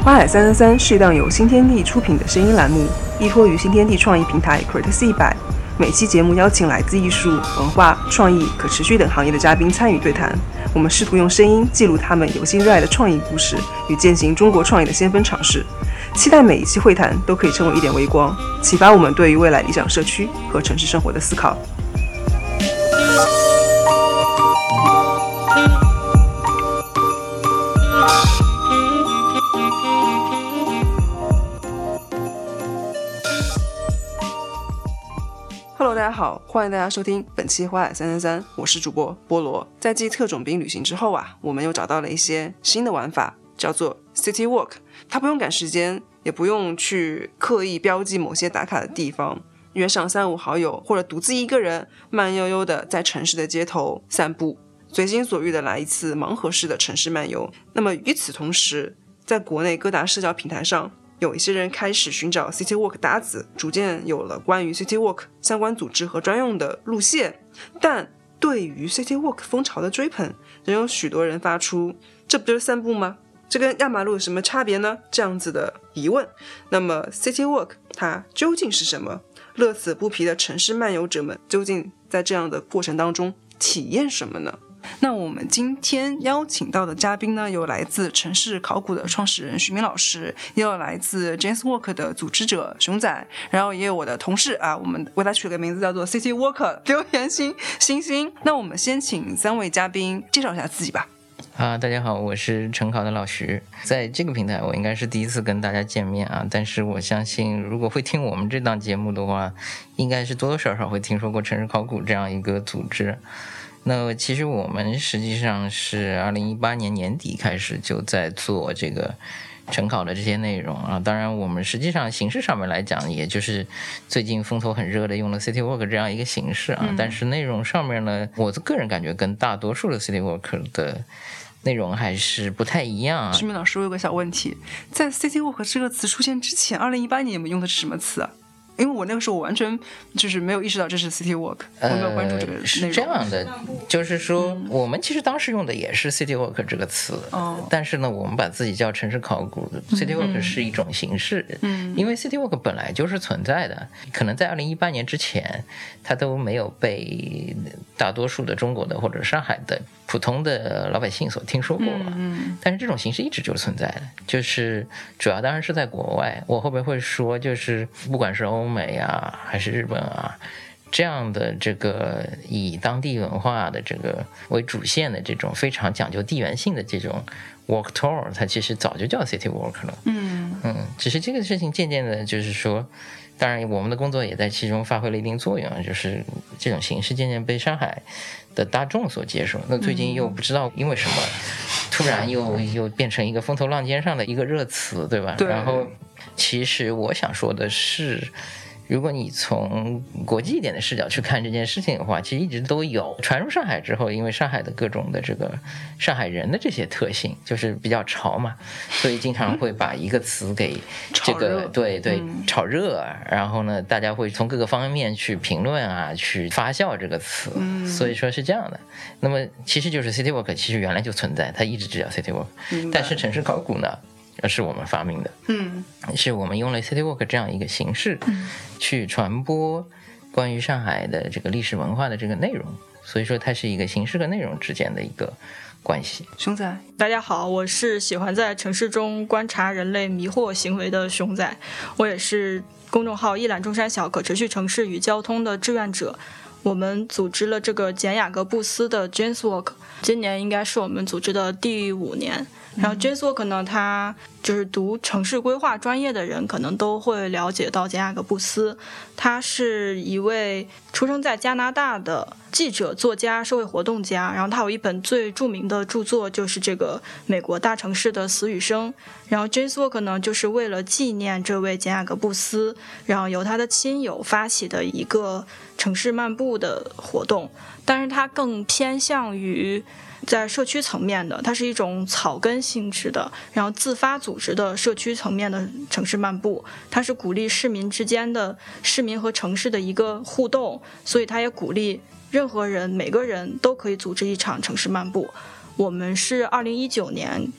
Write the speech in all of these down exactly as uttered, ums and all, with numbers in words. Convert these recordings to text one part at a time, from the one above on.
花海三三三是一档由新天地出品的声音栏目，依托于新天地创意平台 Courtesy 一百。每期节目邀请来自艺术、文化、创意、可持续等行业的嘉宾参与对谈。我们试图用声音记录他们有心热爱的创意故事与践行中国创意的先锋尝试。期待每一期会谈都可以成为一点微光，启发我们对于未来理想社区和城市生活的思考。Hello， 大家好，欢迎大家收听本期花海三三三，我是主播菠萝。在继特种兵旅行之后啊，我们又找到了一些新的玩法，叫做 City Walk。它不用赶时间，也不用去刻意标记某些打卡的地方，约上三五好友或者独自一个人，慢悠悠的在城市的街头散步，随心所欲的来一次盲盒式的城市漫游。那么与此同时，在国内各大社交平台上，有一些人开始寻找 City Walk 搭子，逐渐有了关于 City Walk 相关组织和专用的路线。但对于 City Walk 风潮的追捧，仍有许多人发出这不就是散步吗？这跟压马路有什么差别呢？这样子的疑问。那么 City Walk 它究竟是什么？乐此不疲的城市漫游者们究竟在这样的过程当中体验什么呢？那我们今天邀请到的嘉宾呢，有来自城市考古的创始人徐明老师，也有来自 James Walk 的组织者熊仔，然后也有我的同事啊，我们为他取了个名字叫做 City Walker 留言星星星。那我们先请三位嘉宾介绍一下自己吧。 啊，大家好，我是城考的老徐。在这个平台我应该是第一次跟大家见面啊，但是我相信如果会听我们这档节目的话，应该是多多少少会听说过城市考古这样一个组织。那其实我们实际上是二零一八年年底开始就在做这个城考的这些内容啊，当然我们实际上形式上面来讲，也就是最近风头很热的用了 City Walk 这样一个形式啊，嗯、但是内容上面呢，我个人感觉跟大多数的 City Walk 的内容还是不太一样啊。 徐明老师，我有个小问题，在 City Walk 这个词出现之前，二零一八年你们用的是什么词啊？因为我那个时候我完全就是没有意识到这是 City Walk， 我没有关注这个内容。呃、 是这样的，就是说、嗯、我们其实当时用的也是 City Walk 这个词、哦、但是呢我们把自己叫城市考古， City Walk 是一种形式、嗯、因为 City Walk 本来就是存在的，可能在二零一八年之前它都没有被大多数的中国的或者上海的普通的老百姓所听说过、嗯、但是这种形式一直就存在的，就是主要当然是在国外，我后边会说，就是不管是欧美啊还是日本啊，这样的这个以当地文化的这个为主线的这种非常讲究地缘性的这种 walk tour， 它其实早就叫 City Walk 了。嗯嗯，只是这个事情渐渐的就是说，当然我们的工作也在其中发挥了一定作用，就是这种形式渐渐被上海的大众所接受。那最近又不知道因为什么、嗯、突然又又变成一个风头浪尖上的一个热词，对吧？对。然后其实我想说的是，如果你从国际一点的视角去看这件事情的话，其实一直都有传入上海之后，因为上海的各种的这个上海人的这些特性就是比较潮嘛，所以经常会把一个词给这个对对炒热，然后呢大家会从各个方面去评论啊，去发酵这个词，所以说是这样的。那么其实就是 City Walk 其实原来就存在，它一直只叫 City Walk， 但是城市考古呢是我们发明的，嗯，是我们用了 City Walk 这样一个形式去传播关于上海的这个历史文化的这个内容，所以说它是一个形式和内容之间的一个关系。 熊仔， 大家好，我是喜欢在城市中观察人类迷惑行为的熊仔，我也是公众号一览众山小可持续城市与交通的志愿者。我们组织了这个简雅各布斯的 James Walk， 今年应该是我们组织的第五年。然后 James Walk 呢，他就是读城市规划专业的人可能都会了解到简雅各布斯，他是一位出生在加拿大的记者、作家、社会活动家，然后他有一本最著名的著作就是这个美国大城市的死与生。然后 James Walk 呢，就是为了纪念这位简雅各布斯，然后由他的亲友发起的一个城市漫步的活动，但是它更偏向于在社区层面的，它是一种草根性质的，然后自发组织的社区层面的城市漫步，它是鼓励市民之间的市民和城市的一个互动，所以它也鼓励任何人每个人都可以组织一场城市漫步。我们是二零一九年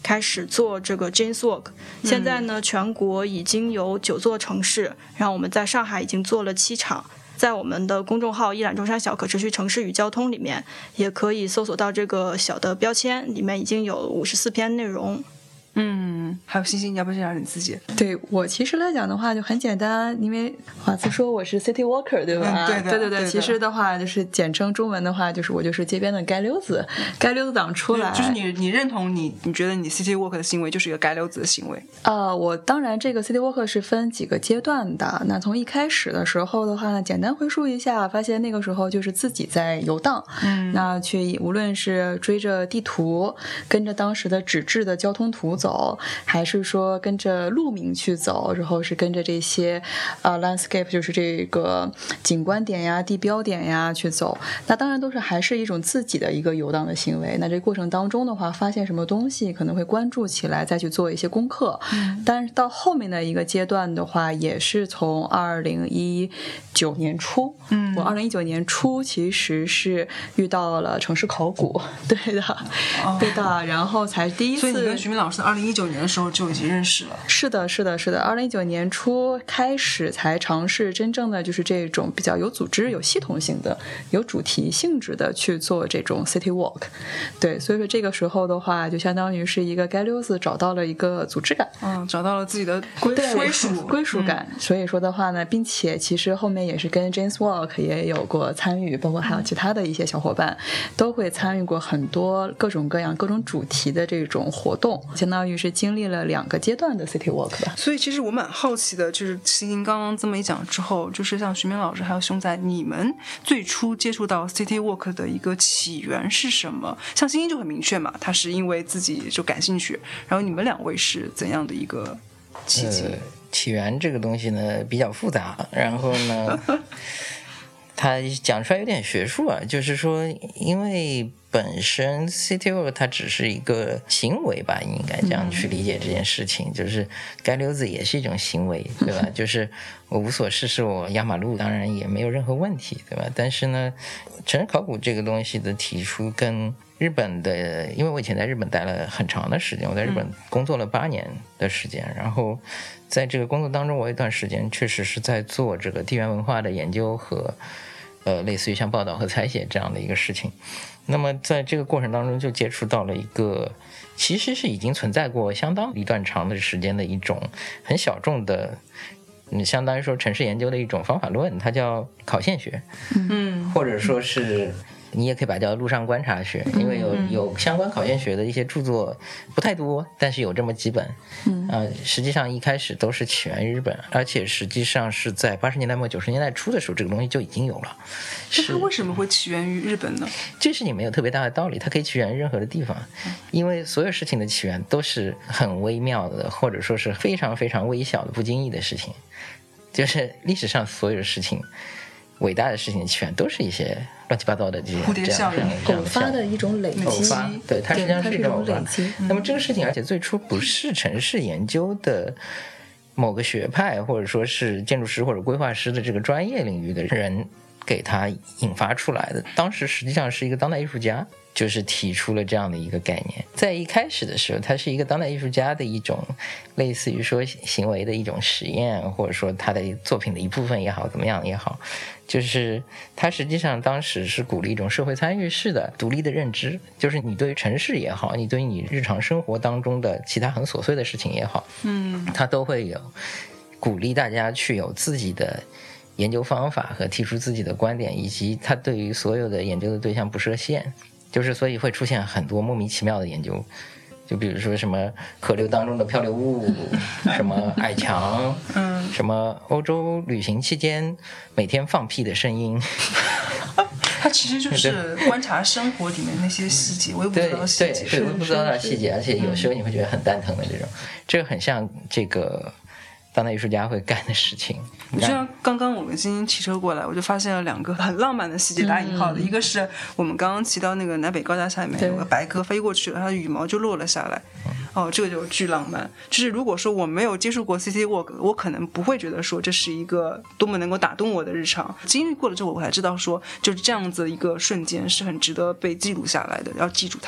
开始做这个 Jane's Walk。现在呢，全国已经有九座城市，然后我们在上海已经做了七场。在我们的公众号一览众山小可持续城市与交通里面，也可以搜索到这个小的标签，里面已经有五十四篇内容。 嗯，还有星星，你要不要介绍你自己？ 对，我其实来讲的话就很简单，因为华子说我是 City Walker 对吧？ 嗯、对对对对对， 其实的话就是简称中文的话就是我就是街边的街溜子，街溜子党出来， 就是你你认同你你觉得你 City Walk 的行为就是一个街溜子的行为？ 呃，我当然这个 City Walk 是分几个阶段的。那从一开始的时候的话呢，简单回述一下，发现那个时候就是自己在游荡，嗯，那去无论是追着地图，跟着当时的纸质的交通图走，还是说跟着路名去走，然后是跟着这些呃 landscape 就是这个景观点呀、地标点呀去走，那当然都是还是一种自己的一个游荡的行为。那这过程当中的话，发现什么东西可能会关注起来，再去做一些功课。嗯，但是到后面的一个阶段的话，也是从二零一九年初，嗯，我二零一九年初其实是遇到了城市考古，对的，哦、对的，然后才第一次。 所以你跟徐明老师二零一九年的时候就已经认识了？ 是的，是的，是的。二零一九年初开始才尝试真正的就是这种比较有组织、有系统性的、有主题性质的去做这种 city walk。对，所以说这个时候的话，就相当于是一个街溜子找到了一个组织感， 嗯，找到了自己的归归属归属感。嗯、所以说的话呢，并且其实后面也是跟 Jane's Walk 也有过参与，包括还有其他的一些小伙伴都会参与过很多各种各样、各种主题的这种活动，相当于是经历了两个阶段的 city walk 吧。 所以其实我蛮好奇的，就是星星刚刚这么一讲之后，就是像徐明老师还有熊仔，你们最初接触到 city walk 的一个起源是什么？像星星就很明确嘛，他是因为自己就感兴趣，然后你们两位是怎样的一个契机？ 呃、起源这个东西呢比较复杂，然后呢他讲出来有点学术啊，就是说因为本身 City Walk 它只是一个行为吧，应该这样去理解这件事情，嗯、就是街溜子也是一种行为，对吧？就是我无所事事，我压马路，当然也没有任何问题，对吧？但是呢，城市考古这个东西的提出跟日本的，因为我以前在日本待了很长的时间，我在日本工作了八年的时间，嗯、然后在这个工作当中，我有一段时间确实是在做这个地缘文化的研究和呃类似于像报道和采写这样的一个事情。那么在这个过程当中就接触到了一个其实是已经存在过相当一段长的时间的一种很小众的，嗯，相当于说城市研究的一种方法论，它叫考线学，嗯，或者说是你也可以把它叫路上观察学，因为有有相关考线学的一些著作不太多，但是有这么几本，嗯，呃，实际上一开始都是起源于日本，而且实际上是在八十年代末九十年代初的时候，这个东西就已经有了。 那它为什么会起源于日本呢？ 这事情没有特别大的道理，它可以起源于任何的地方，因为所有事情的起源都是很微妙的，或者说是非常非常微小的不经意的事情，就是历史上所有的事情。伟大的事情的起源都是一些乱七八糟的这些蝴蝶效应偶发的一种累积， 偶发，对，它实际上是一种偶发。 累积。 那么这个事情，而且最初不是城市研究的某个学派，或者说是建筑师或者规划师的这个专业领域的人给他引发出来的。当时实际上是一个当代艺术家，就是提出了这样的一个概念。在一开始的时候，他是一个当代艺术家的一种类似于说行为的一种实验，或者说他的作品的一部分也好，怎么样也好，就是他实际上当时是鼓励一种社会参与式的独立的认知，就是你对于城市也好，你对于你日常生活当中的其他很琐碎的事情也好，嗯，他都会有鼓励大家去有自己的研究方法和提出自己的观点，以及他对于所有的研究的对象不设限，就是所以会出现很多莫名其妙的研究，就比如说什么河流当中的漂流物，什么矮墙，嗯，什么欧洲旅行期间每天放屁的声音。 它其实就是观察生活里面那些细节，微不足道的细节， 对，微不足道的细节，而且有时候你会觉得很蛋疼的这种，这个很像这个当代艺术家会干的事情。 就像刚刚我们今天骑车过来，我就发现了两个很浪漫的细节，打引号的、嗯、一个是我们刚刚骑到那个南北高架下面有个白鸽飞过去了，它的羽毛就落了下来，哦，这个就巨浪漫。就是如果说我没有接触过 City Walk， 我可能不会觉得说这是一个多么能够打动我的日常，经历过了之后我才知道说就是这样子一个瞬间是很值得被记录下来的，要记住它。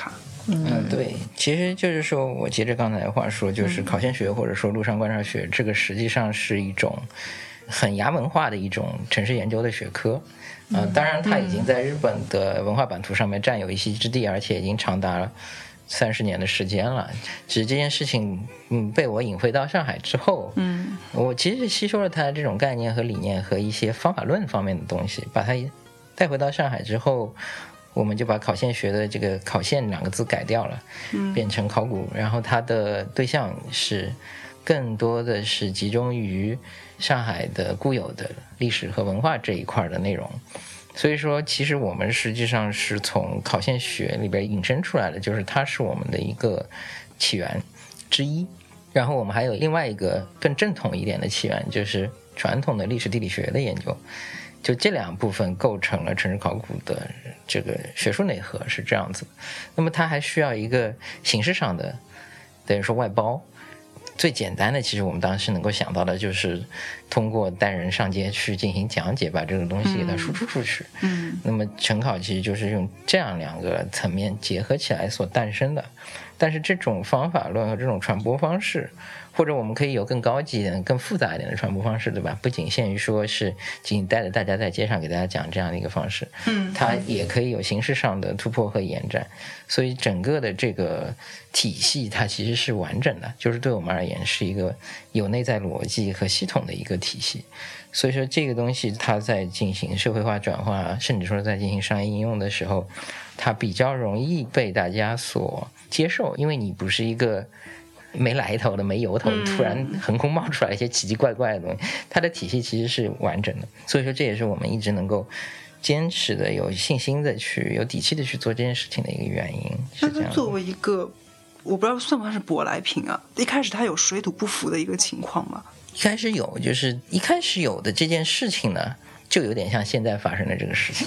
嗯，对，其实就是说我接着刚才的话说，就是考现学或者说陆上观察学，这个实际上是一种很亚文化的一种城市研究的学科。呃、当然它已经在日本的文化版图上面占有一席之地，而且已经长达了三十年的时间了。只是这件事情嗯被我引回到上海之后，嗯，我其实是吸收了它这种概念和理念和一些方法论方面的东西，把它带回到上海之后，我们就把考现学的这个考现两个字改掉了，嗯，变成考古，然后它的对象是更多的是集中于上海的固有的历史和文化这一块的内容。所以说其实我们实际上是从考现学里边引申出来的，就是它是我们的一个起源之一。然后我们还有另外一个更正统一点的起源，就是传统的历史地理学的研究。就这两部分构成了城市考古的这个学术内核，是这样子。那么它还需要一个形式上的等于说外包。最简单的其实我们当时能够想到的就是通过带人上街去进行讲解，把这个东西给它输出出去。嗯，那么城考其实就是用这样两个层面结合起来所诞生的。但是这种方法论和这种传播方式，或者我们可以有更高级一点更复杂一点的传播方式，对吧？不仅限于说是仅仅带着大家在街上给大家讲这样的一个方式，嗯，它也可以有形式上的突破和延展。所以整个的这个体系它其实是完整的，就是对我们而言是一个有内在逻辑和系统的一个体系。所以说这个东西它在进行社会化转化，甚至说在进行商业应用的时候，它比较容易被大家所接受，因为你不是一个没来头的没由头突然横空冒出来一些奇奇怪怪的东西，它的体系其实是完整的。所以说这也是我们一直能够坚持的、有信心的去、有底气的去做这件事情的一个原因。是这样的。 作为一个我不知道算不算是舶来品啊，一开始它有水土不服的一个情况吗？ 一开始有，就是一开始有的这件事情呢，就有点像现在发生的这个事情。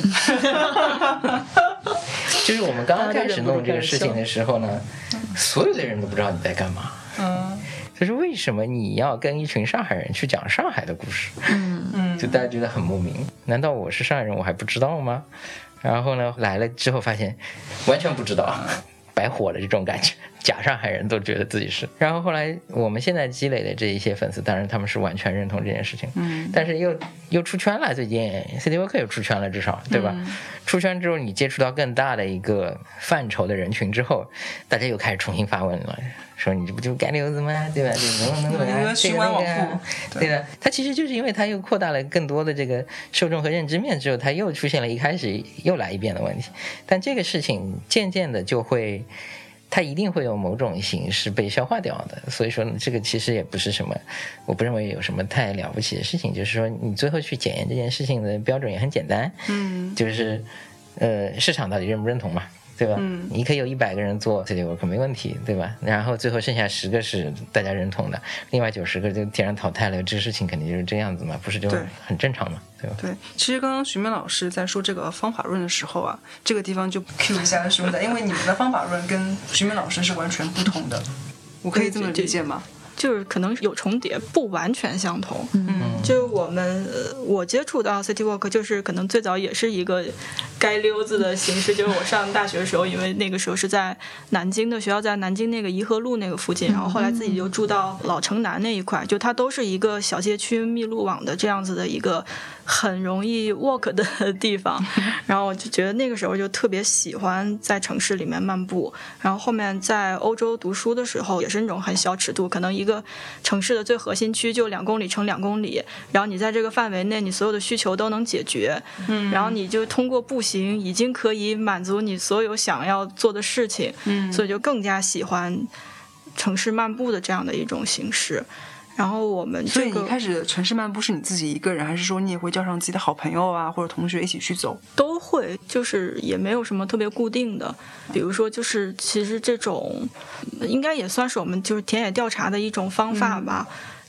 就是我们刚刚开始弄这个事情的时候呢，所有的人都不知道你在干嘛。嗯，就是为什么你要跟一群上海人去讲上海的故事？嗯嗯，就大家觉得很莫名，难道我是上海人我还不知道吗？然后呢，来了之后发现完全不知道，白火了这种感觉。假上海人都觉得自己是，然后后来我们现在积累的这一些粉丝，当然他们是完全认同这件事情，嗯，但是又又出圈了，最近 Citywork 又出圈了，至少对吧？嗯、出圈之后，你接触到更大的一个范畴的人群之后，大家又开始重新发问了，说你这不就是街溜子吗？对吧？就能能能啊， 循环往复， 对的。它其实就是因为它又扩大了更多的这个受众和认知面之后，它又出现了一开始又来一遍的问题，但这个事情渐渐的就会。它一定会有某种形式被消化掉的，所以说这个其实也不是什么，我不认为有什么太了不起的事情，就是说你最后去检验这件事情的标准也很简单，嗯，就是呃市场到底认不认同嘛，对吧？嗯，你可以有一百个人做 Citywork 没问题，对吧？然后最后剩下十个是大家认同的，另外九十个就天然淘汰了，这个事情肯定就是这样子嘛，不是就很正常嘛，对吧？ 对，其实刚刚徐明老师在说这个方法论的时候啊，这个地方就 Q 一下熊仔，因为你们的方法论跟徐明老师是完全不同的，我可以这么理解吗？ 就是可能有重叠，不完全相同。嗯，就是我们我接触到 Citywork， 就是可能最早也是一个街溜子的形式。就是我上大学的时候，因为那个时候是在南京的学校，在南京那个颐和路那个附近，然后后来自己就住到老城南那一块，就它都是一个小街区密路网的这样子的一个很容易 walk 的地方。然后我就觉得那个时候就特别喜欢在城市里面漫步。然后后面在欧洲读书的时候，也是那种很小尺度，可能一一个城市的最核心区就两公里乘两公里，然后你在这个范围内你所有的需求都能解决，嗯，然后你就通过步行已经可以满足你所有想要做的事情，嗯，所以就更加喜欢城市漫步的这样的一种形式。然后我们、这个、 所以你一开始城市漫步是你自己一个人，还是说你也会叫上自己的好朋友啊或者同学一起去走？ 都会，就是也没有什么特别固定的。比如说就是其实这种应该也算是我们就是田野调查的一种方法吧、嗯、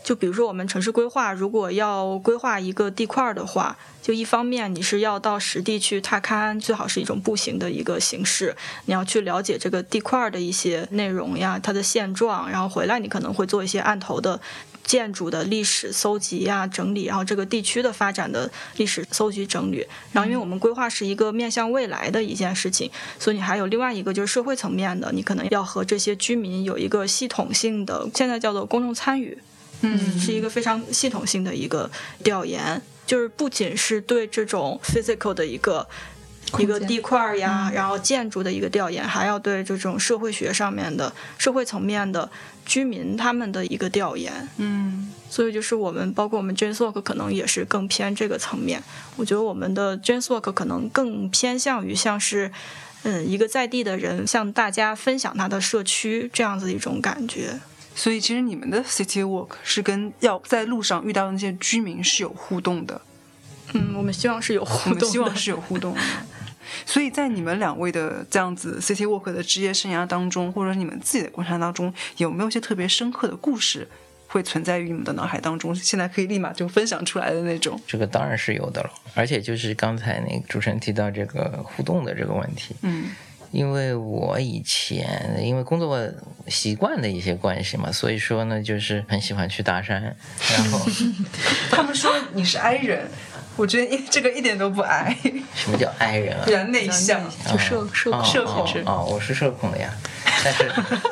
就比如说我们城市规划，如果要规划一个地块的话，就一方面你是要到实地去踏勘，最好是一种步行的一个形式，你要去了解这个地块的一些内容呀，它的现状，然后回来你可能会做一些案头的建筑的历史搜集呀、整理，然后这个地区的发展的历史搜集整理。然后因为我们规划是一个面向未来的一件事情，所以你还有另外一个就是社会层面的，你可能要和这些居民有一个系统性的，现在叫做公众参与，嗯，是一个非常系统性的一个调研，就是不仅是对这种 physical 的一个一个地块呀、嗯，然后建筑的一个调研，还要对这种社会学上面的社会层面的居民他们的一个调研。嗯，所以就是我们包括我们 JANESWalk 可能也是更偏这个层面。我觉得我们的 JANESWalk 可能更偏向于像是嗯一个在地的人向大家分享他的社区这样子一种感觉。 所以其实你们的 City Walk 是跟要在路上遇到的那些居民是有互动的。 嗯，我们希望是有互动的， 我们希望是有互动的。所以在你们两位的这样子 City Walk 的职业生涯当中，或者你们自己的观察当中，有没有一些特别深刻的故事会存在于你们的脑海当中，现在可以立马就分享出来的那种？ 这个当然是有的了，而且就是刚才那个主持人提到这个互动的这个问题，嗯，因为我以前因为工作习惯的一些关系嘛，所以说呢就是很喜欢去大山，然后他们说你是 I 人，我觉得这个一点都不 I。 什么叫 I 人啊？ 比较内向， 就社社哦社恐哦，哦，我是社恐的呀，但是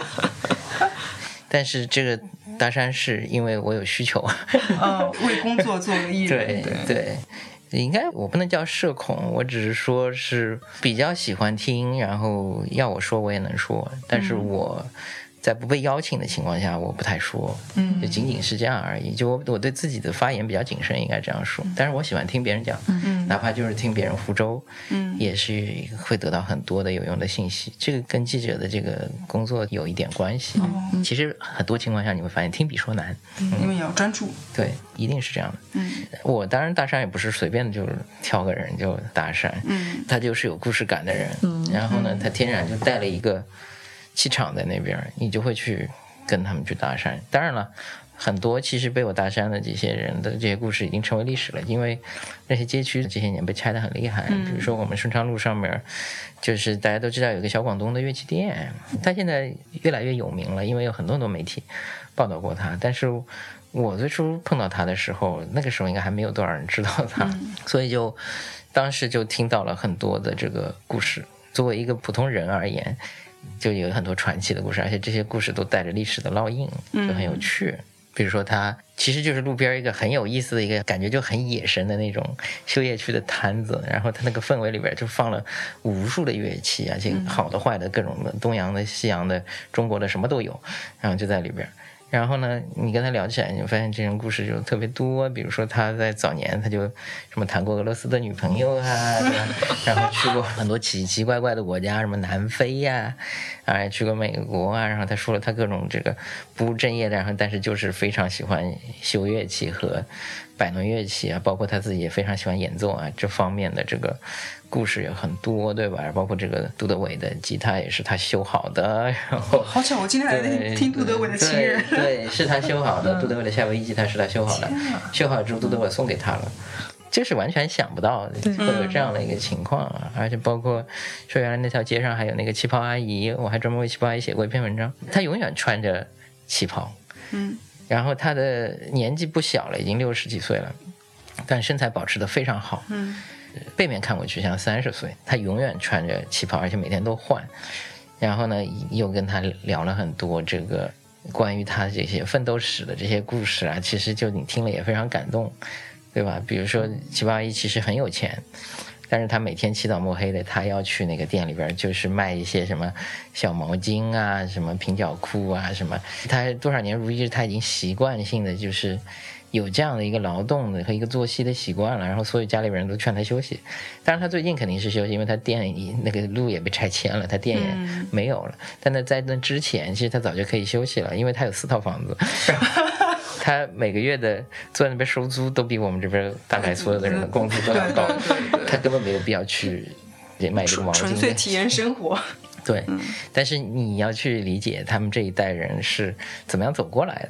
但是这个大山是因为我有需求， 嗯，为工作做个艺人， 对对。应该我不能叫社恐，我只是说是比较喜欢听，然后要我说我也能说，但是我在不被邀请的情况下我不太说，嗯，就仅仅是这样而已。就我我对自己的发言比较谨慎，应该这样说。但是我喜欢听别人讲，嗯，哪怕就是听别人胡诌，嗯，也是会得到很多的有用的信息。这个跟记者的这个工作有一点关系。嗯、其实很多情况下你会发现听比说难， 嗯，因为你要专注。 对，一定是这样的。嗯，我当然大山也不是随便就挑个人就大山，嗯，他就是有故事感的人，嗯，然后呢，他天然就带了一个气场在那边，你就会去跟他们去搭讪。当然了，很多其实被我搭讪的这些人的这些故事已经成为历史了，因为那些街区这些年被拆得很厉害。比如说我们顺昌路上面，就是大家都知道有个小广东的乐器店，他现在越来越有名了，因为有很多很多媒体报道过他。但是我最初碰到他的时候，那个时候应该还没有多少人知道他，嗯、所以就当时就听到了很多的这个故事。作为一个普通人而言，就有很多传奇的故事，而且这些故事都带着历史的烙印，就很有趣。嗯、比如说他其实就是路边一个很有意思的一个感觉就很野生的那种休业区的摊子，然后他那个氛围里边就放了无数的乐器，而且好的坏的各种的东洋的西洋的中国的什么都有，然后就在里边。然后呢，你跟他聊起来，你就发现这种故事就特别多。比如说他在早年他就什么谈过俄罗斯的女朋友啊，对吧？然后去过很多奇奇怪怪的国家，什么南非呀、啊，啊，去过美国啊。然后他说了他各种这个不务正业的，然后但是就是非常喜欢修乐器和摆弄乐器啊，包括他自己也非常喜欢演奏啊，这方面的这个故事也很多，对吧？包括这个杜德伟的吉他也是他修好的，然后好巧，我今天还在听杜德伟的情人， 对，对，是他修好的，杜德伟的夏威夷吉他是他修好的，修好之后杜德伟送给他了。这是完全想不到会有这样的一个情况啊！而且包括说原来那条街上还有那个旗袍阿姨，我还专门为旗袍阿姨写过一篇文章，她永远穿着旗袍，嗯。然后他的年纪不小了，已经六十几岁了，但身材保持得非常好。嗯，背面看过去像三十岁。他永远穿着旗袍，而且每天都换。然后呢，又跟他聊了很多这个关于他这些奋斗史的这些故事啊，其实就你听了也非常感动，对吧？比如说旗袍阿姨其实很有钱。但是他每天起早摸黑的，他要去那个店里边，就是卖一些什么小毛巾啊，什么平角裤啊，什么。他多少年如一日，他已经习惯性的就是有这样的一个劳动的和一个作息的习惯了。然后所有家里边人都劝他休息，当然他最近肯定是休息，因为他店里那个路也被拆迁了，他店也没有了。嗯、但那在那之前，其实他早就可以休息了，因为他有四套房子。他每个月的坐在那边收租都比我们这边大概所有的人的工资都要高，他根本没有必要去卖这个毛巾， 纯粹体验生活。 对，嗯、但是你要去理解他们这一代人是怎么样走过来的。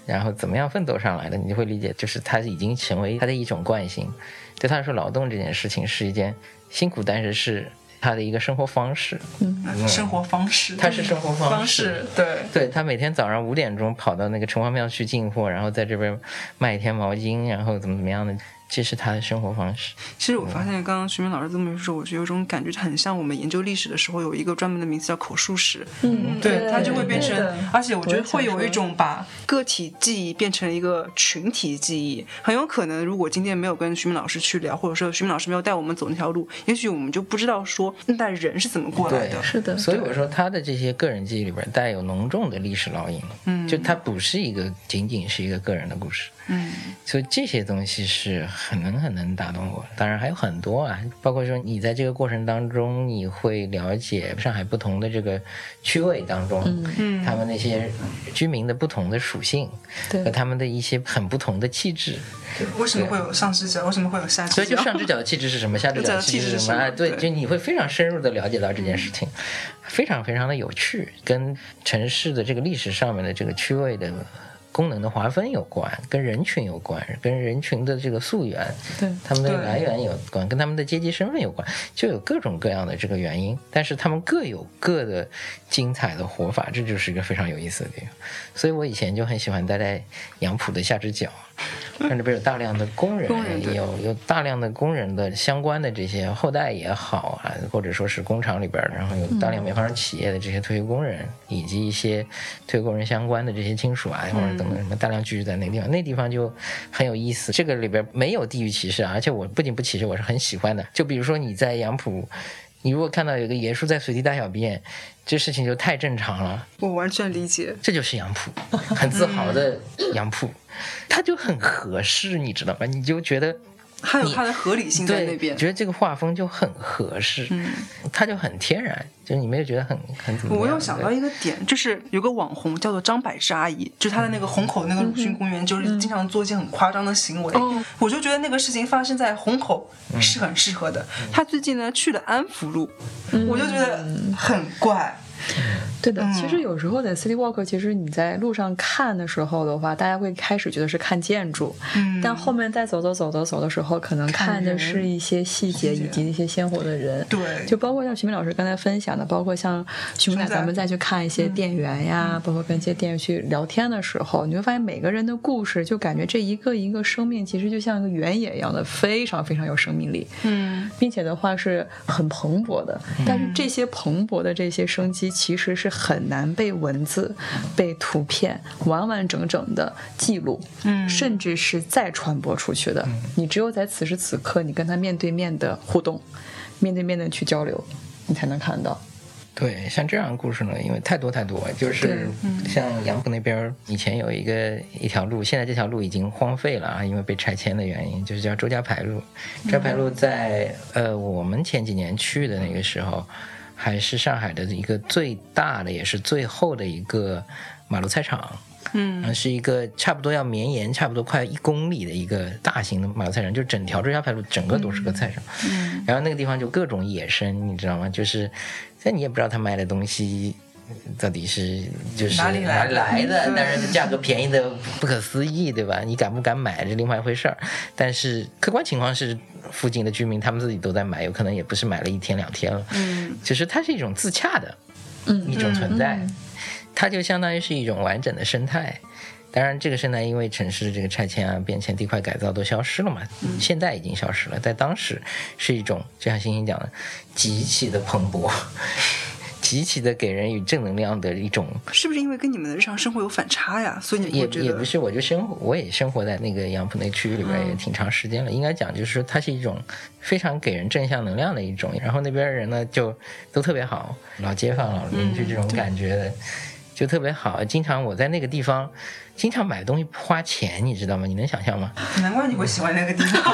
然后怎么样奋斗上来的，你就会理解，就是他已经成为他的一种惯性。对他来说，劳动这件事情是一件辛苦，但是是他的一个生活方式。 嗯，生活方式， 他是生活方式， 方式对对。他每天早上五点钟跑到那个城隍庙去进货，然后在这边卖一天毛巾，然后怎么怎么样的。这是他的生活方式。 其实我发现刚刚徐明老师这么说，我就有种感觉，很像我们研究历史的时候有一个专门的名字叫口述史。 嗯， 对，它就会变成，而且我觉得会有一种把个体记忆变成一个群体记忆。很有可能，如果今天没有跟徐明老师去聊，或者说徐明老师没有带我们走那条路，也许我们就不知道说那代人是怎么过来的。 是的。 所以我说他的这些个人记忆里边带有浓重的历史烙印。嗯，就他不是一个仅仅是一个个人的故事。 嗯， 所以这些东西是很能很能打动我。当然还有很多啊，包括说你在这个过程当中，你会了解上海不同的这个区位当中，嗯，他们那些居民的不同的属性， 对， 和他们的一些很不同的气质。 为什么会有上视角？为什么会有下视角？ 所以就上视角的气质是什么？下视角的气质是什么？啊，对，就你会非常深入的了解到这件事情，非常非常的有趣，跟城市的这个历史上面的这个区位的功能的划分有关，跟人群有关，跟人群的这个溯源， 对他们的来源有关，跟他们的阶级身份有关，就有各种各样的这个原因，但是他们各有各的精彩的活法，这就是一个非常有意思的地方。所以我以前就很喜欢待在杨浦的下支角，看这边有大量的工人， 工人有有大量的工人的相关的这些后代也好啊，或者说是工厂里边，然后有大量煤发商企业的这些退休工人，以及一些退休工人相关的这些亲属啊，或者等等什么，大量聚集在那个地方，那地方就很有意思。这个里边没有地域歧视，而且我不仅不歧视，我是很喜欢的。就比如说你在杨浦，你如果看到有个爷叔在随地大小便，这事情就太正常了。 我完全理解， 这就是杨浦，很自豪的杨浦，它就很合适，你知道吧？你就觉得它有它的合理性在那边， 觉得这个画风就很合适，嗯，它就很天然，就你没有觉得很很怎么样。 我又想到一个点，就是有个网红叫做张柏芝阿姨，就是她的那个虹口那个鲁迅公园，嗯、就是经常做一些很夸张的行为，嗯、我就觉得那个事情发生在虹口是很适合的。她、嗯、最近呢去了安福路，嗯、我就觉得很怪。 对的，其实有时候在 City Walk， 其实你在路上看的时候的话，大家会开始觉得是看建筑，嗯，但后面再走走走走走的时候，可能看的是一些细节以及一些鲜活的人。 对， 就包括像徐明老师刚才分享的，包括像熊仔咱们再去看一些店员呀，嗯、包括跟一些店员去聊天的时候，你会发现每个人的故事，就感觉这一个一个生命其实就像一个原野一样的，非常非常有生命力，嗯，并且的话是很蓬勃的。但是这些蓬勃的这些生机，其实是很难被文字、被图片完完整整的记录，嗯，甚至是再传播出去的。嗯、你只有在此时此刻，你跟他面对面的互动，面对面的去交流，你才能看到。 对，像这样的故事呢，因为太多太多，就是像杨浦那边以前有一个一条路，现在这条路已经荒废了啊，因为被拆迁的原因，就是叫周家牌路。周家牌路在呃我们前几年去的那个时候，还是上海的一个最大的也是最厚的一个马路菜场，嗯，是一个差不多要绵延差不多快一公里的一个大型的马路菜场，就整条周家牌路整个都是个菜场，嗯，然后那个地方就各种野生，你知道吗？就是但你也不知道他卖的东西到底是就是哪里来的, 来的但是价格便宜的不可思议，对吧？你敢不敢买是另外一回事儿，但是客观情况是附近的居民他们自己都在买，有可能也不是买了一天两天了，嗯，就是它是一种自洽的一种存在，嗯嗯嗯，它就相当于是一种完整的生态。当然这个生态因为城市的这个拆迁啊变迁地块改造都消失了嘛，嗯，现在已经消失了，在当时是一种就像星星讲的极其的蓬勃，极其的给人以正能量的一种。 是不是因为跟你们的日常生活有反差呀？所以你会觉得也也不是，我就生活我也生活在那个杨浦那区域里边也挺长时间了，嗯，应该讲就是说它是一种非常给人正向能量的一种，然后那边的人呢就都特别好，老街坊老邻居这种感觉的，嗯，就特别好。经常我在那个地方经常买东西不花钱，你知道吗？你能想象吗？ 难怪你会喜欢那个地方。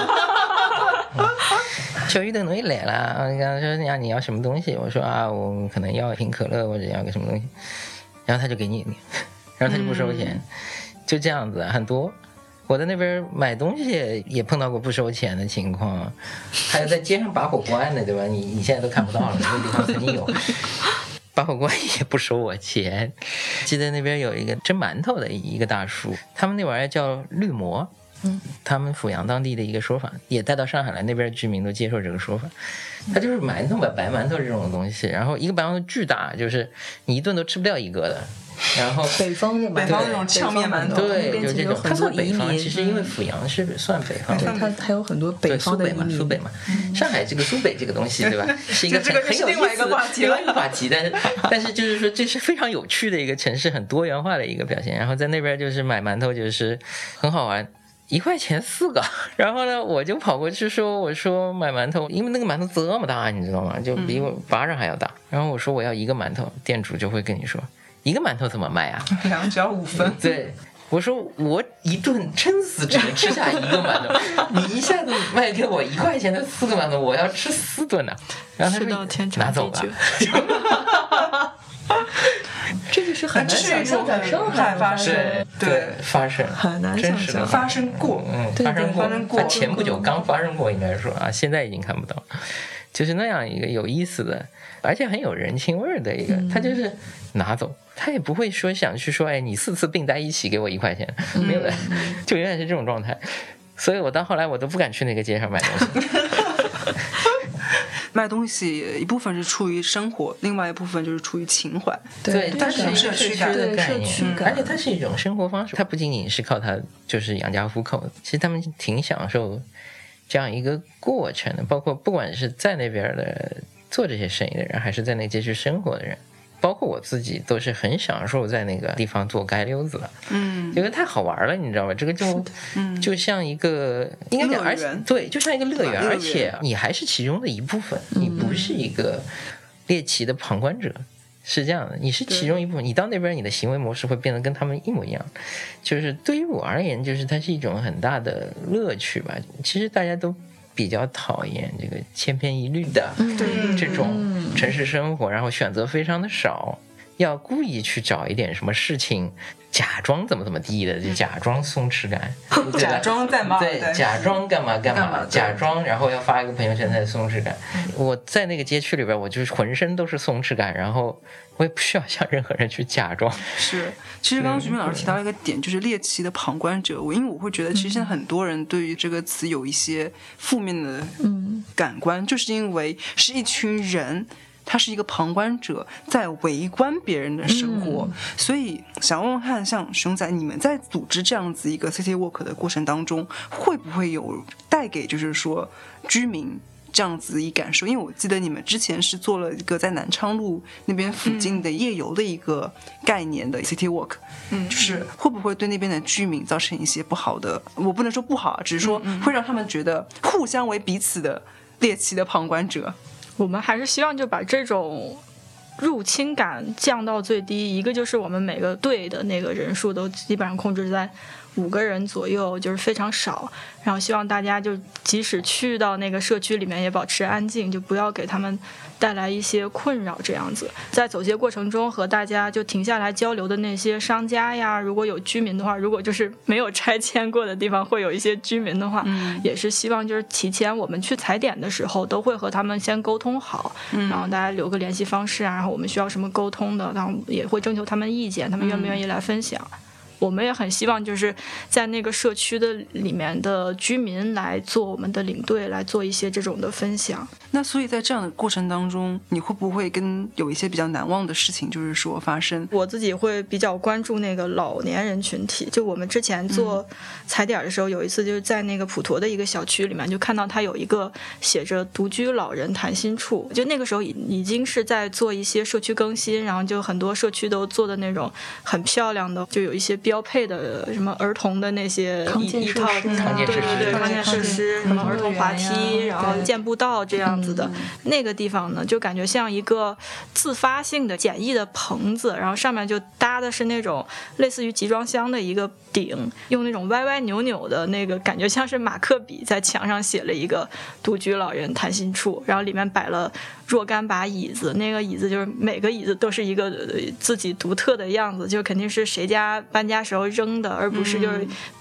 小鱼的东西来了，我跟他说呀，你要什么东西？我说啊，我可能要一瓶可乐或者要个什么东西，然后他就给你，然后他就不收钱，嗯，就这样子很多。我在那边买东西也碰到过不收钱的情况，还有在街上把火关的，对吧？你你现在都看不到了，那个地方曾经有。 八号关也不收我钱。记得那边有一个蒸馒头的一个大叔，他们那玩意儿叫绿馍，嗯，他们阜阳当地的一个说法，也带到上海来，那边居民都接受这个说法。它就是馒头吧，白馒头这种东西，然后一个白馒头巨大，就是你一顿都吃不掉一个的。然后北方的北方那种呛面馒头， 对，就这种。它算北方，其实因为阜阳是算北方， 对，它还有很多北方的移民。 苏北嘛，苏北嘛。上海这个苏北这个东西，对吧？是一个很很有意思的另外一个话题， 另外一个话题。但是但是就是说，这是非常有趣的一个城市，很多元化的一个表现。然后在那边就是买馒头，就是很好玩。一块钱四个，然后呢，我就跑过去说：“我说买馒头，因为那个馒头这么大，你知道吗？就比我巴掌还要大。嗯”然后我说我要一个馒头，店主就会跟你说：“一个馒头怎么卖啊？ 两角五分。” 对，我说我一顿撑死只能吃下一个馒头，你一下子卖给我一块钱的四个馒头，我要吃四顿呢、啊。然后他说：“拿走吧。” 这个是很难想象在上海发生，对， 发生很难想象发生过， 嗯，发生过，发生过，前不久刚发生过，应该说啊，现在已经看不到，就是那样一个有意思的，而且很有人情味的一个，嗯、他就是拿走，他也不会说想去说，哎，你四次并在一起给我一块钱，嗯、没有的，就永远是这种状态，所以我到后来我都不敢去那个街上买东西。 卖东西一部分是出于生活，另外一部分就是出于情怀。 对，它是社区感的概念， 嗯、 而且它是一种生活方式。它不仅仅是靠它就是养家糊口，其实他们挺享受这样一个过程的。包括不管是在那边的做这些生意的人，还是在那街区生活的人，包括我自己，都是很享受在那个地方做街溜子的。嗯，因为太好玩了，你知道吗？这个就、嗯、就像一个应该讲，而且对，就像一个乐园，而且你还是其中的一部分，你不是一个猎奇的旁观者。是这样的，你是其中一部分，你到那边你的行为模式会变得跟他们一模一样。就是对于我而言，就是它是一种很大的乐趣吧。其实大家都比较讨厌这个千篇一律的这种城市生活，然后选择非常的少，要故意去找一点什么事情假装怎么怎么地的，就假装松弛感， 假装在嘛， 对，假装干嘛干嘛，干嘛假装然后要发一个朋友圈才松弛感。我在那个街区里边，我就是浑身都是松弛感，然后我也不需要向任何人去假装。 是，其实刚刚徐明老师提到一个点，就是猎奇的旁观者。我因为我会觉得，其实现在很多人对于这个词有一些负面的感官，嗯、就是因为是一群人。他是一个旁观者，在围观别人的生活，嗯、所以想问问看，像熊仔，你们在组织这样子一个 City Walk 的过程当中，会不会有带给就是说居民这样子一感受？因为我记得你们之前是做了一个在南昌路那边附近的夜游的一个概念的 City Walk，嗯，就是会不会对那边的居民造成一些不好的？我不能说不好，只是说会让他们觉得互相为彼此的猎奇的旁观者。 我们还是希望就把这种入侵感降到最低，一个就是我们每个队的那个人数都基本上控制在五个人左右，就是非常少，然后希望大家就即使去到那个社区里面也保持安静，就不要给他们带来一些困扰这样子。在走街过程中和大家就停下来交流的那些商家呀，如果有居民的话，如果就是没有拆迁过的地方会有一些居民的话、嗯、也是希望就是提前我们去踩点的时候都会和他们先沟通好、嗯、然后大家留个联系方式啊，然后我们需要什么沟通的，然后也会征求他们意见，他们愿不愿意来分享、嗯，我们也很希望就是在那个社区的里面的居民来做我们的领队，来做一些这种的分享。 那所以在这样的过程当中，你会不会跟有一些比较难忘的事情就是说发生？ 我自己会比较关注那个老年人群体，就我们之前做踩点的时候、嗯、有一次就是在那个普陀的一个小区里面，就看到他有一个写着独居老人谈心处，就那个时候已经是在做一些社区更新，然后就很多社区都做的那种很漂亮的，就有一些标配的什么儿童的那些一一套康健设施， 对对康健设施，什么儿童滑梯，然后健步道这样子的、嗯、那个地方呢，就感觉像一个自发性的简易的棚子，然后上面就搭的是那种类似于集装箱的一个顶，用那种歪歪扭扭的那个感觉像是马克笔在墙上写了一个独居老人谈心处，然后里面摆了若干把椅子，那个椅子就是每个椅子都是一个自己独特的样子，就肯定是谁家搬家时候扔的，而不是就是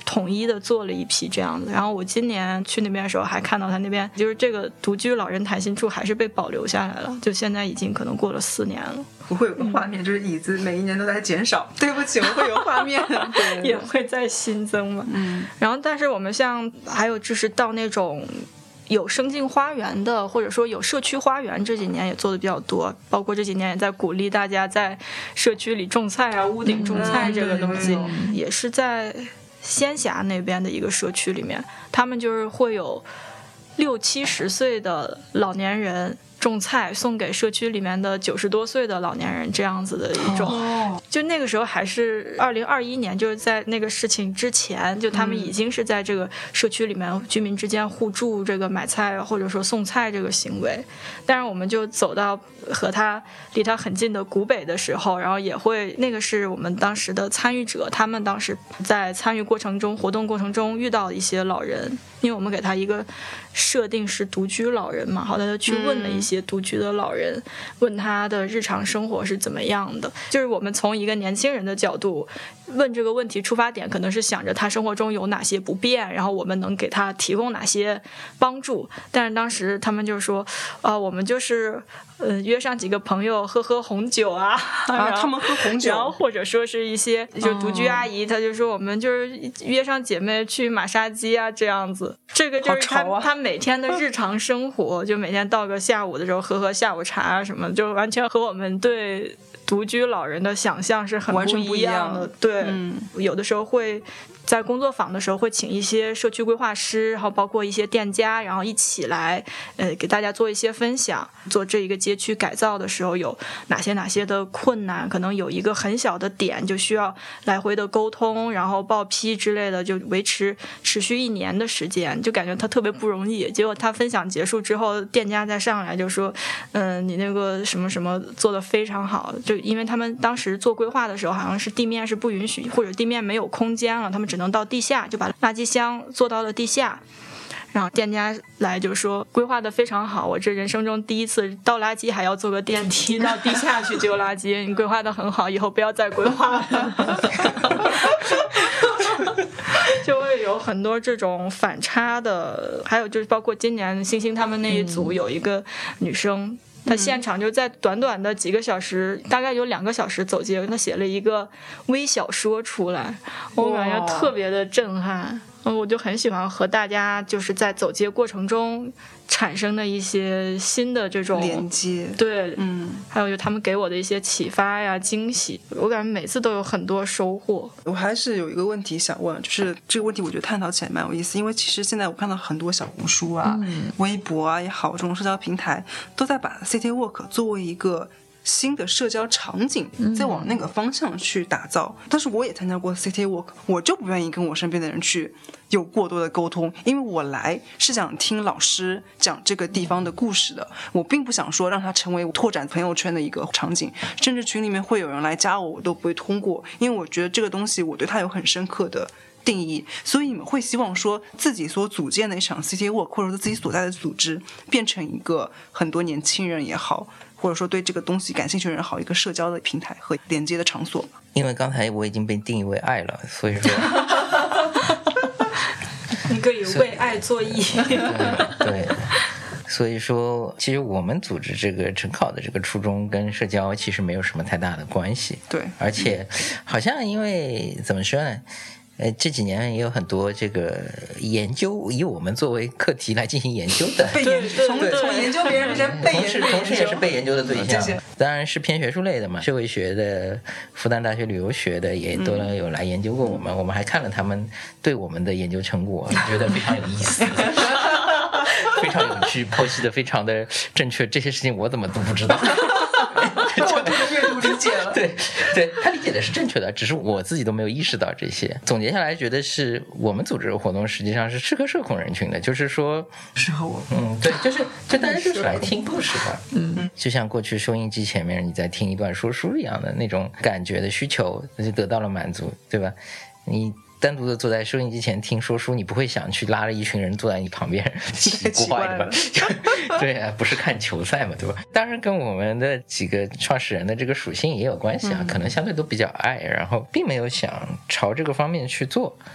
统一的做了一批这样子。然后我今年去那边的时候还看到他那边就是这个独居老人谈心处还是被保留下来了，就现在已经可能过了四年了。 不会有个画面，就是椅子每一年都在减少。对不起，我会有画面， 也会在新增嘛。嗯，然后但是我们像还有就是到那种有生境花园的，或者说有社区花园，这几年也做的比较多，包括这几年也在鼓励大家在社区里种菜啊，屋顶种菜这个东西，嗯、也是在仙霞那边的一个社区里面，他们就是会有六七十岁的老年人种菜送给社区里面的九十多岁的老年人，这样子的一种、哦、就那个时候还是二零二一年，就是在那个事情之前，就他们已经是在这个社区里面居民之间互助这个买菜或者说送菜这个行为。但是我们就走到和他离他很近的古北的时候，然后也会那个是我们当时的参与者，他们当时在参与过程中活动过程中遇到一些老人，因为我们给他一个设定是独居老人嘛，好，他就去问了一些独居的老人、嗯、问他的日常生活是怎么样的，就是我们从一个年轻人的角度问这个问题，出发点可能是想着他生活中有哪些不便，然后我们能给他提供哪些帮助。但是当时他们就说啊、呃，我们就是呃约上几个朋友喝喝红酒啊， 啊他们喝红酒， 然后或者说是一些就独居阿姨、哦、他就说我们就是约上姐妹去马杀鸡啊这样子。这个就是他、啊、他每天的日常生活，就每天到个下午的时候喝喝下午茶啊什么，就完全和我们对独居老人的想象是很不一样的。对、嗯，有的时候会在工作坊的时候会请一些社区规划师，然后包括一些店家，然后一起来呃给大家做一些分享，做这一个街区改造的时候有哪些哪些的困难，可能有一个很小的点就需要来回的沟通，然后报批之类的，就维持持续一年的时间，就感觉他特别不容易。结果他分享结束之后，店家再上来就说嗯、呃，你那个什么什么做得非常好，就因为他们当时做规划的时候好像是地面是不允许，或者地面没有空间了，他们只能到地下，就把垃圾箱做到了地下。然后店家来就说规划的非常好，我这人生中第一次倒垃圾还要坐个电梯到地下去丢垃圾，你规划的很好，以后不要再规划了。就会有很多这种反差的，还有就是包括今年星星他们那一组有一个女生，他现场就在短短的几个小时，大概有两个小时走街，他写了一个微小说出来，我感觉特别的震撼。嗯，我就很喜欢和大家就是在走街过程中产生的一些新的这种连接。 对，嗯，还有就他们给我的一些启发呀、惊喜，我感觉每次都有很多收获。 我还是有一个问题想问，就是这个问题我觉得探讨起来蛮有意思，因为其实现在我看到很多小红书啊、嗯、微博啊也好，这种社交平台都在把 City Walk 作为一个新的社交场景，再往那个方向去打造、嗯、但是我也参加过 City Walk， 我就不愿意跟我身边的人去有过多的沟通，因为我来是想听老师讲这个地方的故事的，我并不想说让它成为拓展朋友圈的一个场景，甚至群里面会有人来加我，我都不会通过，因为我觉得这个东西我对它有很深刻的定义。所以你们会希望说自己所组建的一场 City Walk 或者是自己所在的组织变成一个很多年轻人也好，或者说对这个东西感兴趣的人好，一个社交的平台和连接的场所。 因为刚才我已经被定义为爱了，所以说你可以为爱作义。 对, 对，所以说其实我们组织这个晨考的这个初衷跟社交其实没有什么太大的关系。 对， 而且好像因为怎么说呢，呃，这几年也有很多这个研究以我们作为课题来进行研究的， 被研究，从从研究别人变成被研究， 同时也是被研究的对象。当然是偏学术类的嘛，社会学的、复旦大学旅游学的也都有来研究过我们，嗯、我们还看了他们对我们的研究成果，觉得非常有意思。非常有趣，剖析的非常的正确，这些事情我怎么都不知道。 我这个阅读理解了。 对，对他理解的是正确的，只是我自己都没有意识到这些。总结下来，觉得是我们组织的活动实际上是适合社恐人群的，就是说适合我。 嗯，对，就是就大家就是来听故事的。嗯，就像过去收音机前面你在听一段说书一样的那种感觉的需求，就得到了满足，对吧？你单独的坐在收音机前听说书，你不会想去拉了一群人坐在你旁边奇怪的吧？对啊，不是看球赛嘛，对吧？当然跟我们的几个创始人的这个属性也有关系啊，嗯、可能相对都比较爱，然后并没有想朝这个方面去做。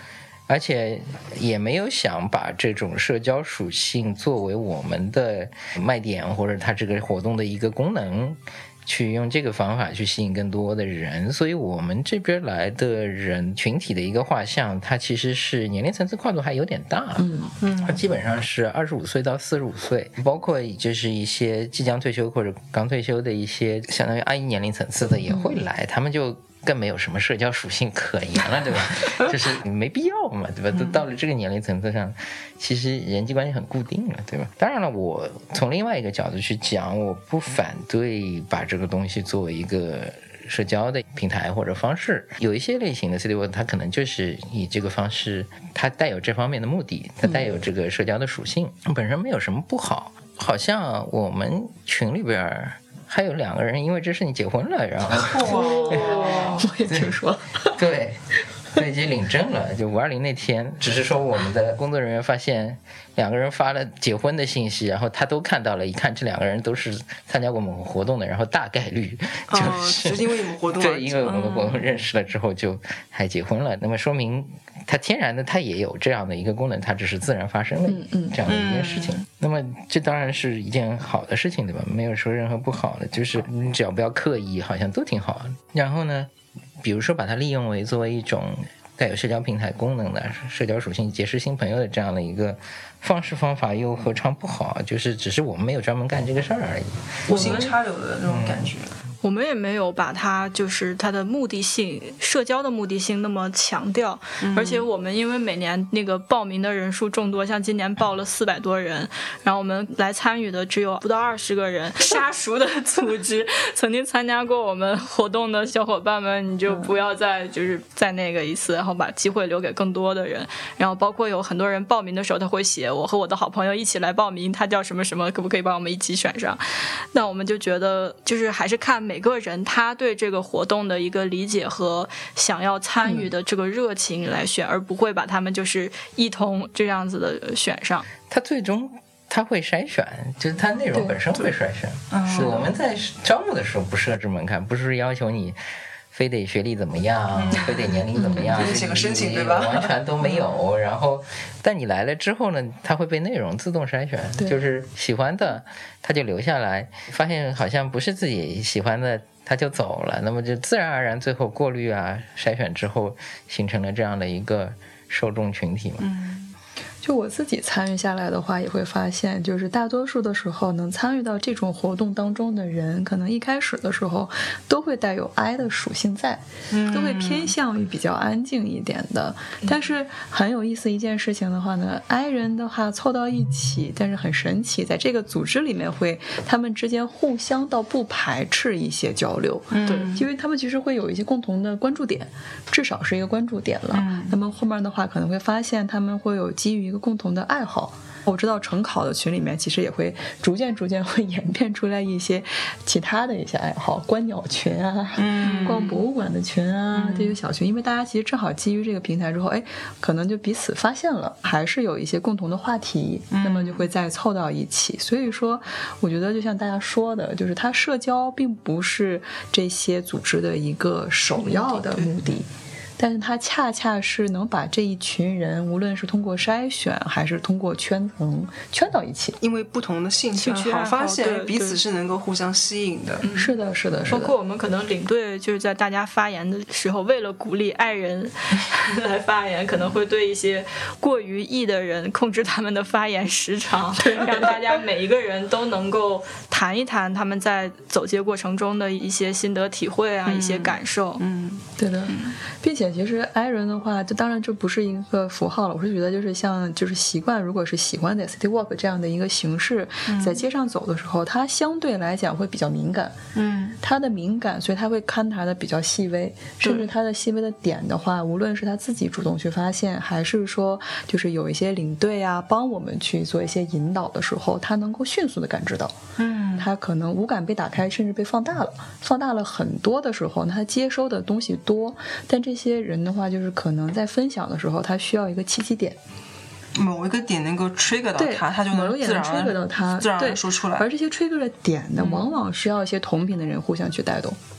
而且也没有想把这种社交属性作为我们的卖点或者它这个活动的一个功能，去用这个方法去吸引更多的人。所以我们这边来的人群体的一个画像，它其实是年龄层次跨度还有点大， 嗯嗯，它基本上是二十五岁到四十五岁，包括就是一些即将退休或者刚退休的一些相当于阿姨年龄层次的也会来，他们就更没有什么社交属性可言了，对吧？就是没必要嘛，对吧？都到了这个年龄层次上，其实人际关系很固定了，对吧？当然了，我从另外一个角度去讲，我不反对把这个东西作为一个社交的平台或者方式。有一些类型的 City Walk 它可能就是以这个方式，它带有这方面的目的，它带有这个社交的属性，本身没有什么不好。好像我们群里边还有两个人因为这事情结婚了，然后我也听说了， 对，对，已经领证了。就五二零那天，只是说我们的工作人员发现两个人发了结婚的信息，然后他都看到了，一看这两个人都是参加过我们活动的，然后大概率就是、 哦、就是因为你们活动对，因为我们的活动认识了之后就还结婚了，嗯、那么说明它天然的它也有这样的一个功能，它只是自然发生了这样的一件事情。嗯嗯、那么这当然是一件好的事情，对吧？没有说任何不好的，就是你只要不要刻意，好像都挺好的。然后呢，比如说把它利用为作为一种带有社交平台功能的社交属性结识新朋友的这样的一个方式方法，又何尝不好？就是只是我们没有专门干这个事儿而已， 无心插柳的那种感觉。嗯， 我们也没有把它就是它的目的性社交的目的性那么强调、嗯、而且我们因为每年那个报名的人数众多，像今年报了四百多人，然后我们来参与的只有不到二十个人，杀熟的组织曾经参加过我们活动的小伙伴们，你就不要再就是再那个一次，然后把机会留给更多的人。然后包括有很多人报名的时候他会写我和我的好朋友一起来报名，他叫什么什么，可不可以帮我们一起选上。那我们就觉得就是还是看每个人他对这个活动的一个理解和想要参与的这个热情来选、嗯、而不会把他们就是一同这样子的选上。 他最终他会筛选，就是他内容本身会筛选。是我们在招募的时候不设置门槛，不是要求你非得学历怎么样、嗯、非得年龄怎么样， 嗯、写个申请对吧？ 完全都没有。然后但你来了之后呢，它会被内容自动筛选，就是喜欢的他就留下来，发现好像不是自己喜欢的他就走了，那么就自然而然最后过滤啊筛选之后形成了这样的一个受众群体嘛。 嗯，就我自己参与下来的话，也会发现，就是大多数的时候能参与到这种活动当中的人，可能一开始的时候都会带有 I 的属性在，都会偏向于比较安静一点的。嗯、但是很有意思一件事情的话呢 ，I 人的话凑到一起，但是很神奇，在这个组织里面会，他们之间互相到不排斥一些交流， 嗯、 对，因为他们其实会有一些共同的关注点，至少是一个关注点了。嗯、那么后面的话可能会发现他们会有基于一个共同的爱好。我知道晨考的群里面其实也会逐渐逐渐会演变出来一些其他的一些爱好，观鸟群啊、嗯、逛博物馆的群啊、嗯、这些小群，因为大家其实正好基于这个平台之后，哎，可能就彼此发现了还是有一些共同的话题、嗯、那么就会再凑到一起。所以说我觉得就像大家说的，就是它社交并不是这些组织的一个首要的目的，但是它恰恰是能把这一群人无论是通过筛选还是通过圈层圈到一起， 因为不同的兴趣好发现彼此是能够互相吸引的。 嗯、是的是的是的， 包括我们可能领队就是在大家发言的时候，为了鼓励爱人来发言，可能会对一些过于异的人控制他们的发言时长，让大家每一个人都能够谈一谈他们在走街过程中的一些心得体会啊、嗯、一些感受。 嗯，对的。并且其实 I 人的话，就当然这不是一个符号了，我是觉得就是像就是习惯，如果是习惯在 City Walk 这样的一个形式，在街上走的时候，它相对来讲会比较敏感。嗯，它的敏感，所以它会勘察的比较细微，甚至它的细微的点的话，无论是他自己主动去发现，还是说就是有一些领队啊帮我们去做一些引导的时候，他能够迅速的感知到。嗯，他可能五感被打开，甚至被放大了，放大了很多的时候，他接收的东西多，但这些人的话，就是可能在分享的时候，他需要一个契机点， 某一个点能够 trigger 到他，他就能自然 trigger 到他， 自然说出来。 而这些 trigger 的点呢，往往需要一些同频的人互相去带动。哦、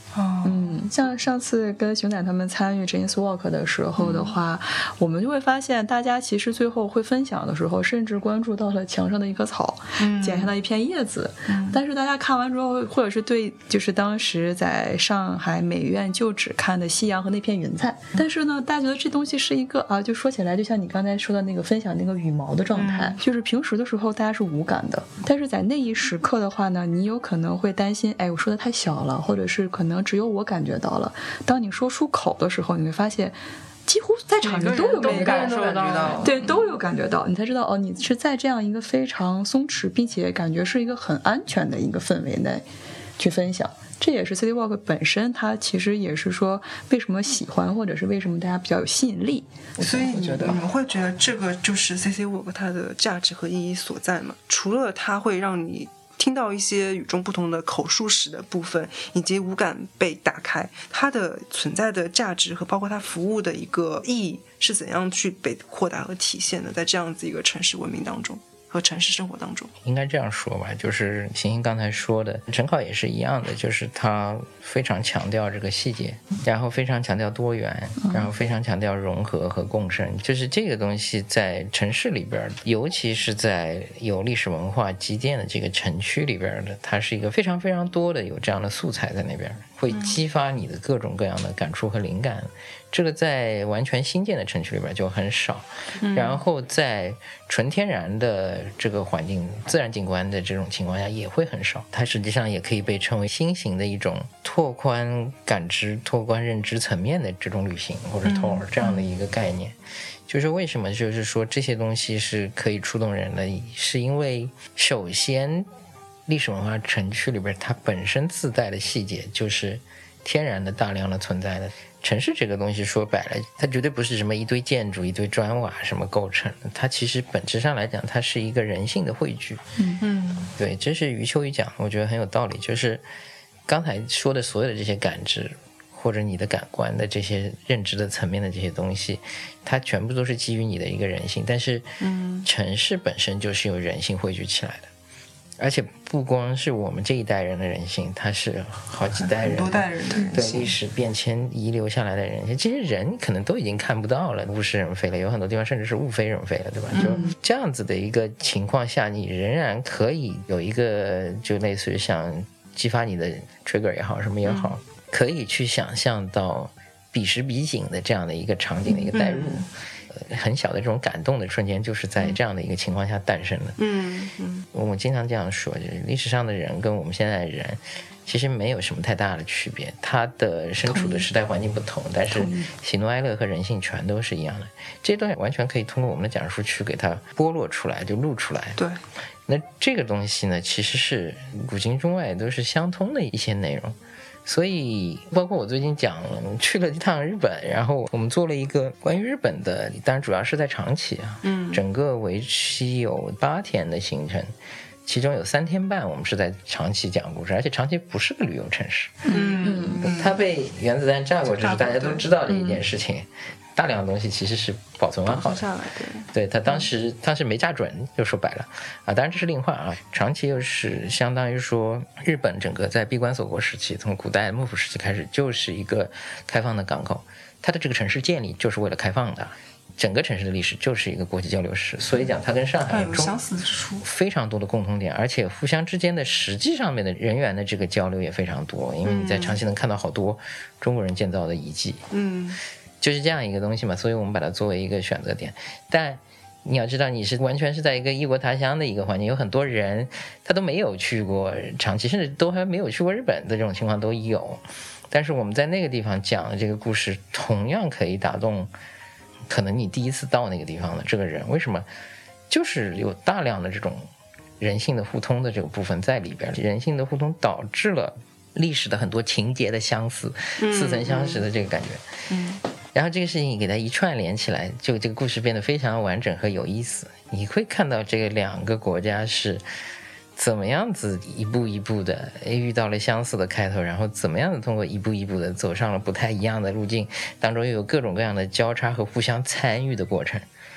嗯，像上次跟熊仔他们参与 Jane's Walk 的时候的话、嗯、我们就会发现大家其实最后会分享的时候甚至关注到了墙上的一棵草、嗯、剪下的一片叶子、嗯、但是大家看完之后或者是对就是当时在上海美院就只看的夕阳和那片云彩，但是呢大家觉得这东西是一个啊，就说起来就像你刚才说的那个分享那个羽毛的状态、嗯、就是平时的时候大家是无感的，但是在那一时刻的话呢，你有可能会担心，哎，我说的太小了，或者是可能只有我感觉到了，当你说出口的时候，你会发现几乎在场人都有感受到，对，都有感觉到，你才知道哦，你是在这样一个非常松弛并且感觉是一个很安全的一个氛围内去分享。这也是 City Walk 本身它其实也是说为什么喜欢或者是为什么大家比较有吸引力。 所以你你们会觉得这个就是 City Walk 它的价值和意义所在吗？除了它会让你听到一些与众不同的口述史的部分以及五感被打开，它的存在的价值和包括它服务的一个意义是怎样去被扩大和体现的在这样子一个城市文明当中和城市生活当中？ 应该这样说吧，就是行星刚才说的陈考也是一样的，就是他非常强调这个细节，然后非常强调多元，然后非常强调融合和共生，就是这个东西在城市里边，尤其是在有历史文化积淀的这个城区里边的，它是一个非常非常多的有这样的素材在那边，会激发你的各种各样的感触和灵感，这个在完全新建的城区里边就很少，然后在纯天然的这个环境自然景观的这种情况下也会很少，它实际上也可以被称为新型的一种拓宽感知拓宽认知层面的这种旅行或者 tour 这样的一个概念。就是为什么就是说这些东西是可以触动人的，是因为首先历史文化城区里边它本身自带的细节就是天然的大量的存在的。城市这个东西说白了它绝对不是什么一堆建筑一堆砖瓦什么构成的，它其实本质上来讲它是一个人性的汇聚。嗯嗯，对，这是余秋雨讲我觉得很有道理，就是刚才说的所有的这些感知或者你的感官的这些认知的层面的这些东西，它全部都是基于你的一个人性，但是城市本身就是由人性汇聚起来的，而且不光是我们这一代人的人性，它是好几代人很多代人的人对历史变迁遗留下来的人性，这些人可能都已经看不到了，物是人非了，有很多地方甚至是物非人非了，对吧？就这样子的一个情况下，你仍然可以有一个就类似于像激发你的 trigger 也好什么也好、嗯、可以去想象到彼时彼景的这样的一个场景的一个代入、嗯、很小的这种感动的瞬间就是在这样的一个情况下诞生的。嗯嗯，我经常这样说，就是历史上的人跟我们现在的人其实没有什么太大的区别，他的身处的时代环境不同，但是喜怒哀乐和人性全都是一样的，这些东西完全可以通过我们的讲述去给它剥落出来，就录出来。 对， 那这个东西呢其实是古今中外都是相通的一些内容，所以包括我最近讲去了一趟日本，然后我们做了一个关于日本的，当然主要是在长崎啊，嗯，整个为期有八天的行程，其中有三天半我们是在长崎讲故事，而且长崎不是个旅游城市，嗯，它被原子弹炸过，这是大家都知道的一件事情。嗯，大量的东西其实是保存完好的，对，对他当时当时没炸准，就说白了啊，当然这是另话啊。长崎又是相当于说日本整个在闭关锁国时期，从古代幕府时期开始就是一个开放的港口，它的这个城市建立就是为了开放的，整个城市的历史就是一个国际交流史，所以讲它跟上海有相似之处， 非常多的共同点，而且互相之间的实际上面的人员的这个交流也非常多，因为你在长崎能看到好多中国人建造的遗迹，嗯，就是这样一个东西嘛，所以我们把它作为一个选择点。但你要知道你是完全是在一个异国他乡的一个环境，有很多人他都没有去过长崎，甚至都还没有去过日本的这种情况都有，但是我们在那个地方讲的这个故事同样可以打动可能你第一次到那个地方的这个人。为什么？就是有大量的这种人性的互通的这个部分在里边，人性的互通导致了历史的很多情节的相似，似曾相识的这个感觉。嗯，然后这个事情给它一串联起来，就这个故事变得非常完整和有意思。你会看到这个两个国家是怎么样子一步一步的遇到了相似的开头，然后怎么样的通过一步一步的走上了不太一样的路径，当中又有各种各样的交叉和互相参与的过程。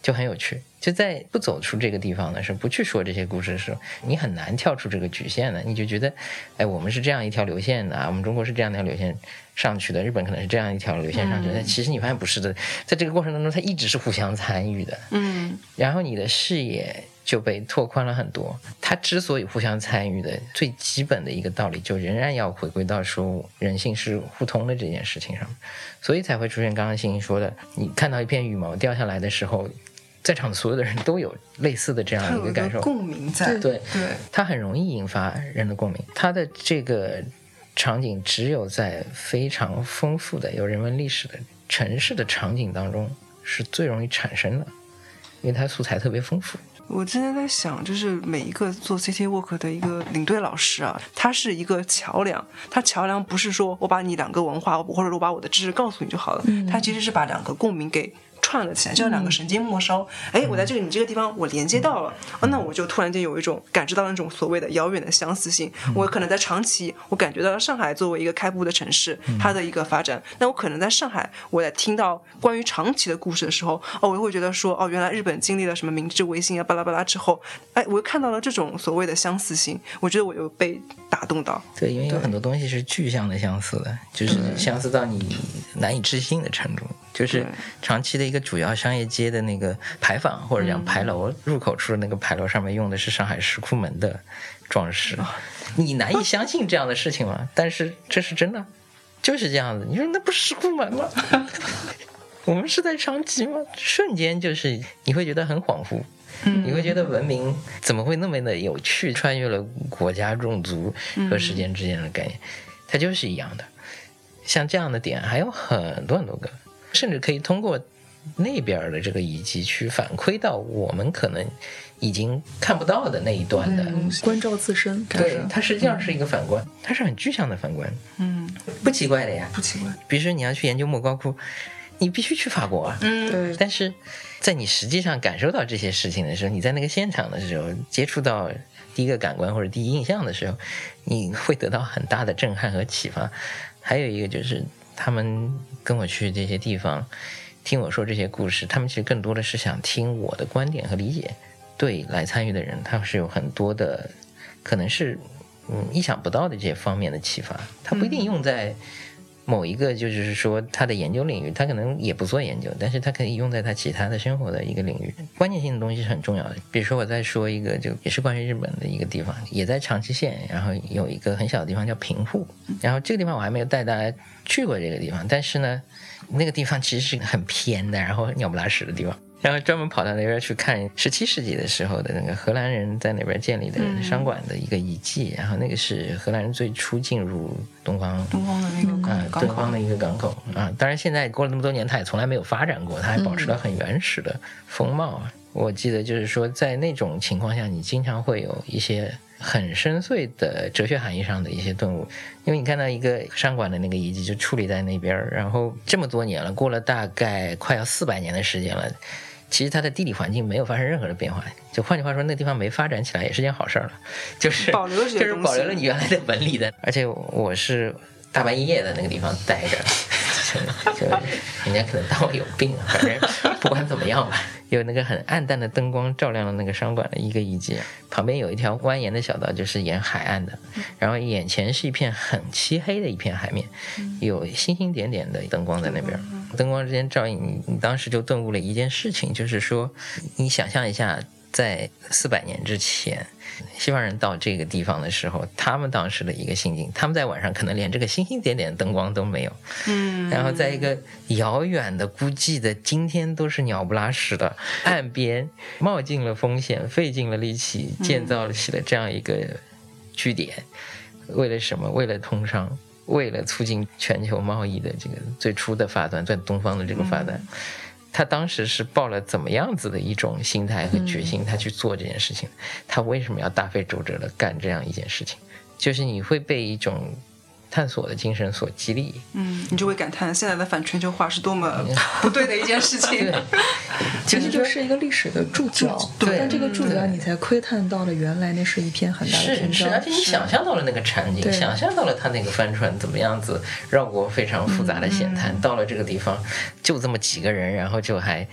就很有趣。就在不走出这个地方的时候，不去说这些故事的时候，你很难跳出这个局限的。你就觉得，哎，我们是这样一条流线的啊，我们中国是这样一条流线上去的，日本可能是这样一条流线上去的。但、嗯、其实你发现不是的，在这个过程当中，它一直是互相参与的。 嗯， 然后你的视野就被拓宽了很多。它之所以互相参与的最基本的一个道理，就仍然要回归到说人性是互通的这件事情上，所以才会出现刚刚欣欣说的，你看到一片羽毛掉下来的时候，在场的所有的人都有类似的这样一个感受， 共鸣在。 对对， 它很容易引发人的共鸣。它的这个场景只有在非常丰富的有人文历史的城市的场景当中是最容易产生的，因为它素材特别丰富。 我之前在想，就是每一个做 City Walk 的一个领队老师啊，他是一个桥梁。他桥梁不是说我把你两个文化或者我把我的知识告诉你就好了，嗯、他其实是把两个共鸣给串了起来，就像两个神经末梢。哎、嗯，我在这个你这个地方我连接到了、嗯哦、那我就突然间有一种感知到那种所谓的遥远的相似性、嗯、我可能在长崎我感觉到上海作为一个开埠的城市、嗯、它的一个发展，那我可能在上海我在听到关于长崎的故事的时候，哦，我会觉得说，哦，原来日本经历了什么明治维新啊巴拉巴拉之后，哎，我又看到了这种所谓的相似性，我觉得我又被打动到。 对，因为有很多东西是具象的相似的，就是相似到你难以置信的程度。就是长期的一个主要商业街的那个牌坊或者讲牌楼、嗯、入口处的那个牌楼上面用的是上海石库门的装饰、哦、你难以相信这样的事情吗？但是这是真的，就是这样子。你说那不是石库门吗？我们是在长崎吗？瞬间就是你会觉得很恍惚，你会觉得文明怎么会那么的有趣，穿越了国家种族和时间之间的概念、嗯、它就是一样的。像这样的点还有很多很多个，甚至可以通过那边的这个遗迹去反馈到我们可能已经看不到的那一端的、 嗯、关照自身。 对，它实际上是一个反观、嗯、它是很具象的反观。 嗯， 不奇怪的呀， 不奇怪。 比如说你要去研究莫高窟，你必须去法国啊。 嗯， 对。 但是在你实际上感受到这些事情的时候，你在那个现场的时候，接触到第一个感官或者第一印象的时候，你会得到很大的震撼和启发。还有一个就是他们跟我去这些地方听我说这些故事，他们其实更多的是想听我的观点和理解。对来参与的人，他是有很多的可能是嗯意想不到的这些方面的启发，他不一定用在某一个就是说他的研究领域，他可能也不做研究，但是他可以用在他其他的生活的一个领域。关键性的东西是很重要的。比如说我再说一个，就也是关于日本的一个地方，也在长崎县，然后有一个很小的地方叫平户，然后这个地方我还没有带大家去过这个地方，但是呢那个地方其实是很偏的，然后鸟不拉屎的地方，然后专门跑到那边去看十七世纪的时候的那个荷兰人在那边建立的商馆的一个遗迹、嗯、然后那个是荷兰人最初进入东方东方的那个港口、 嗯、东方的一个港口啊。当然现在过了那么多年，它也从来没有发展过，它还保持了很原始的风貌、嗯、我记得就是说在那种情况下，你经常会有一些很深邃的哲学含义上的一些顿悟。因为你看到一个商馆的那个遗迹就矗立在那边，然后这么多年了，过了大概快要四百年的时间了，其实它的地理环境没有发生任何的变化，就换句话说，那个地方没发展起来也是件好事了，就是保留就是保留了你原来的纹理的。而且我是大半夜在那个地方待着，就人家可能当我有病，反正不管怎么样吧，有那个很暗淡的灯光照亮了那个商馆的一个遗迹，旁边有一条蜿蜒的小道，就是沿海岸的，然后眼前是一片很漆黑的一片海面，有星星点点的灯光在那边，灯光之间照映你，你当时就顿悟了一件事情，就是说你想象一下，在四百年之前西方人到这个地方的时候，他们当时的一个心境，他们在晚上可能连这个星星点点的灯光都没有， 嗯， 然后在一个遥远的估计的今天都是鸟不拉屎的岸边，冒尽了风险，费尽了力气建造起了这样一个据点，为了什么？为了通商，为了促进全球贸易的这个最初的发端，在东方的这个发端、嗯，他当时是抱了怎么样子的一种心态和决心，他去做这件事情、嗯、他为什么要大费周折的干这样一件事情？就是你会被一种探索的精神所激励， 嗯，你就会感叹现在的反全球化是多么不对的一件事情。 对， 其实就是一个历史的注脚， 对， 但这个注脚你才窥探到了原来那是一片很大的篇章， 是是，而且你想象到了那个场景，想象到了他那个帆船怎么样子绕过非常复杂的险滩、嗯、到了这个地方就这么几个人，然后就还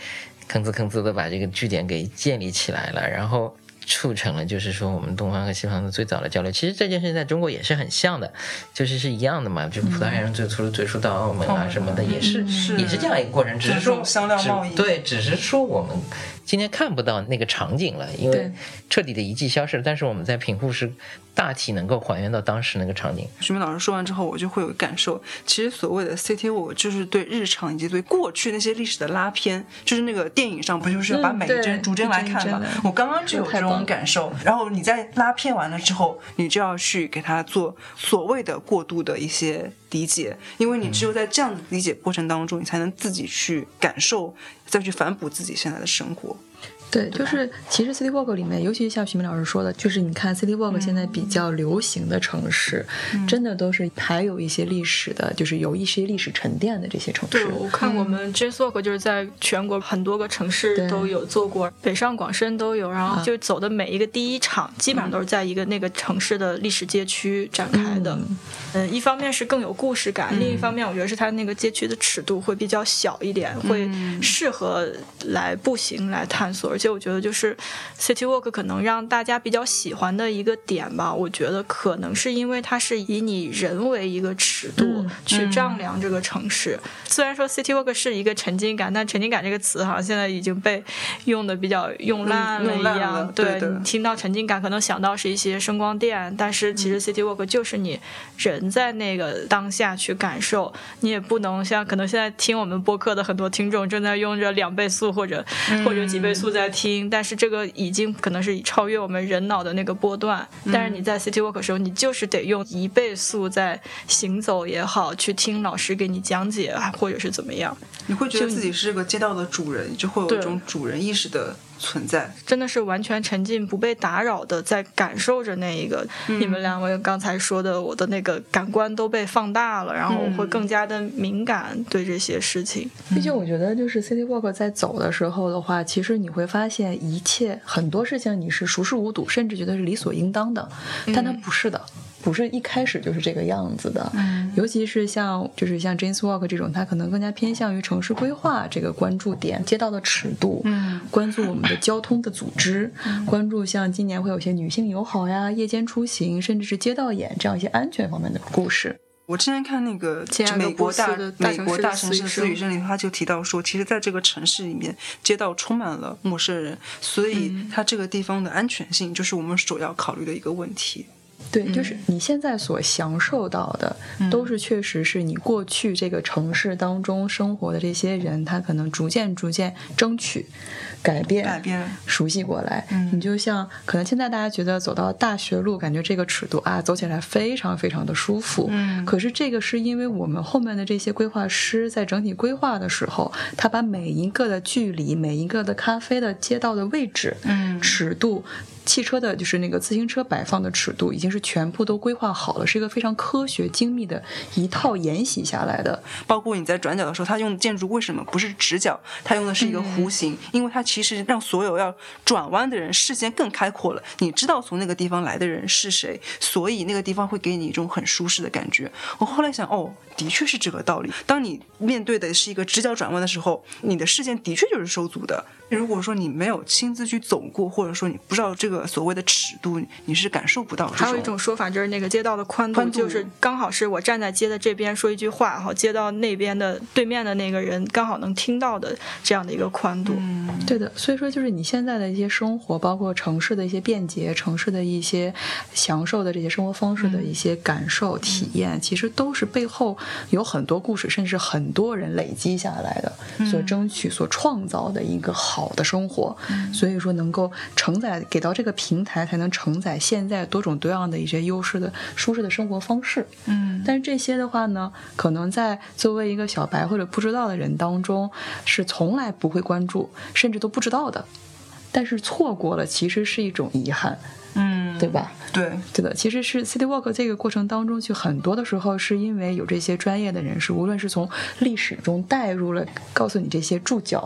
吭哧吭哧的把这个据点给建立起来了，然后促成了就是说我们东方和西方的最早的交流。其实这件事在中国也是很像的，就是是一样的嘛，就葡萄牙人最初追溯到澳门啊什么的，也是、嗯、也是这样一个过程，只是说香料贸易， 对，只是说我们今天看不到那个场景了，因为彻底的遗迹消失了，但是我们在平户是大体能够还原到当时那个场景。 徐明老师说完之后，我就会有感受，其实所谓的 City Walk 就是对日常以及对过去那些历史的拉片，就是那个电影上不就是把每一帧逐帧来看吗？我刚刚就有这种感受。然后你在拉片完了之后，你就要去给它做所谓的过度的一些理解，因为你只有在这样的理解过程当中，你才能自己去感受，再去反哺自己现在的生活。 对，就是其实 City Walk 里面，尤其像徐明老师说的，就是你看 City Walk 现在比较流行的城市，嗯、真的都是还有一些历史的，就是有一些历史沉淀的这些城市。 对，我看我们 James Walk 就是在全国很多个城市都有做过，北上广深都有，然后就走的每一个第一场，啊、基本上都是在一个那个城市的历史街区展开的。嗯，嗯一方面是更有故事感，嗯、另一方面我觉得是它那个街区的尺度会比较小一点，嗯、会适合来步行来探索。而且我觉得就是 City Walk 可能让大家比较喜欢的一个点吧，我觉得可能是因为它是以你人为一个尺度去丈量这个城市。嗯、虽然说 City Walk 是一个沉浸感，但沉浸感这个词好像现在已经被用的比较用烂了一样。 嗯、对， 对，你听到沉浸感可能想到是一些声光电，但是其实 City Walk 就是你人在那个当下去感受。你也不能像可能现在听我们播客的很多听众正在用着两倍速或者、嗯、或者几倍速在听，但是这个已经可能是超越我们人脑的那个波段，嗯、但是你在 City Walk 的时候，你就是得用一倍速在行走也好，去听老师给你讲解，或者是怎么样， 你会觉得自己是个街道的主人，就会有一种主人意识的存在， 真的是完全沉浸不被打扰的在感受着那一个、嗯、你们两位刚才说的我的那个感官都被放大了，然后我会更加的敏感对这些事情。 毕竟我觉得就是 City Walk 在走的时候的话，其实你会发现一切很多事情你是熟视无睹，甚至觉得是理所应当的，但它不是的，不是一开始就是这个样子的。嗯，尤其是像就是像 James Walk 这种，它可能更加偏向于城市规划这个关注点，街道的尺度，嗯，关注我们的交通的组织，嗯、关注像今年会有些女性友好呀、夜间出行，甚至是街道眼这样一些安全方面的故事。 我之前看那个美国大美国大城市私语真理，他就提到说，其实在这个城市里面，街道充满了陌生人，所以它这个地方的安全性就是我们首要考虑的一个问题。 对，就是你现在所享受到的，嗯、都是确实是你过去这个城市当中生活的这些人，他可能逐渐逐渐争取改变、 改变、 熟悉过来。嗯、你就像可能现在大家觉得走到大学路，感觉这个尺度啊，走起来非常非常的舒服。嗯，可是这个是因为我们后面的这些规划师在整体规划的时候，他把每一个的距离、每一个的咖啡的街道的位置、嗯、尺度。汽车的就是那个自行车摆放的尺度已经是全部都规划好了，是一个非常科学精密的一套沿袭下来的。 包括你在转角的时候，它用的建筑为什么不是直角，它用的是一个弧形、嗯、因为它其实让所有要转弯的人视线更开阔了，你知道从那个地方来的人是谁，所以那个地方会给你一种很舒适的感觉。我后来想，哦，的确是这个道理。当你面对的是一个直角转弯的时候，你的视线的确就是收足的。如果说你没有亲自去走过，或者说你不知道这个所谓的尺度，你是感受不到这种。 还有一种说法就是那个街道的宽度，宽度就是刚好是我站在街的这边说一句话，然后街道那边的对面的那个人刚好能听到的这样的一个宽度。 嗯，对的。所以说就是你现在的一些生活，包括城市的一些便捷，城市的一些享受的这些生活方式的一些感受、嗯、体验，其实都是背后有很多故事，甚至很多人累积下来的，嗯、所争取、所创造的一个好的生活。嗯、所以说能够承载给到这个平台，才能承载现在多种多样的一些优势的舒适的生活方式。嗯，但是这些的话呢，可能在作为一个小白或者不知道的人当中，是从来不会关注，甚至都不知道的。但是错过了，其实是一种遗憾。嗯，对吧？ 对， 对的。其实是 City Walk 这个过程当中，去很多的时候是因为有这些专业的人士，无论是从历史中带入了，告诉你这些注脚，嗯，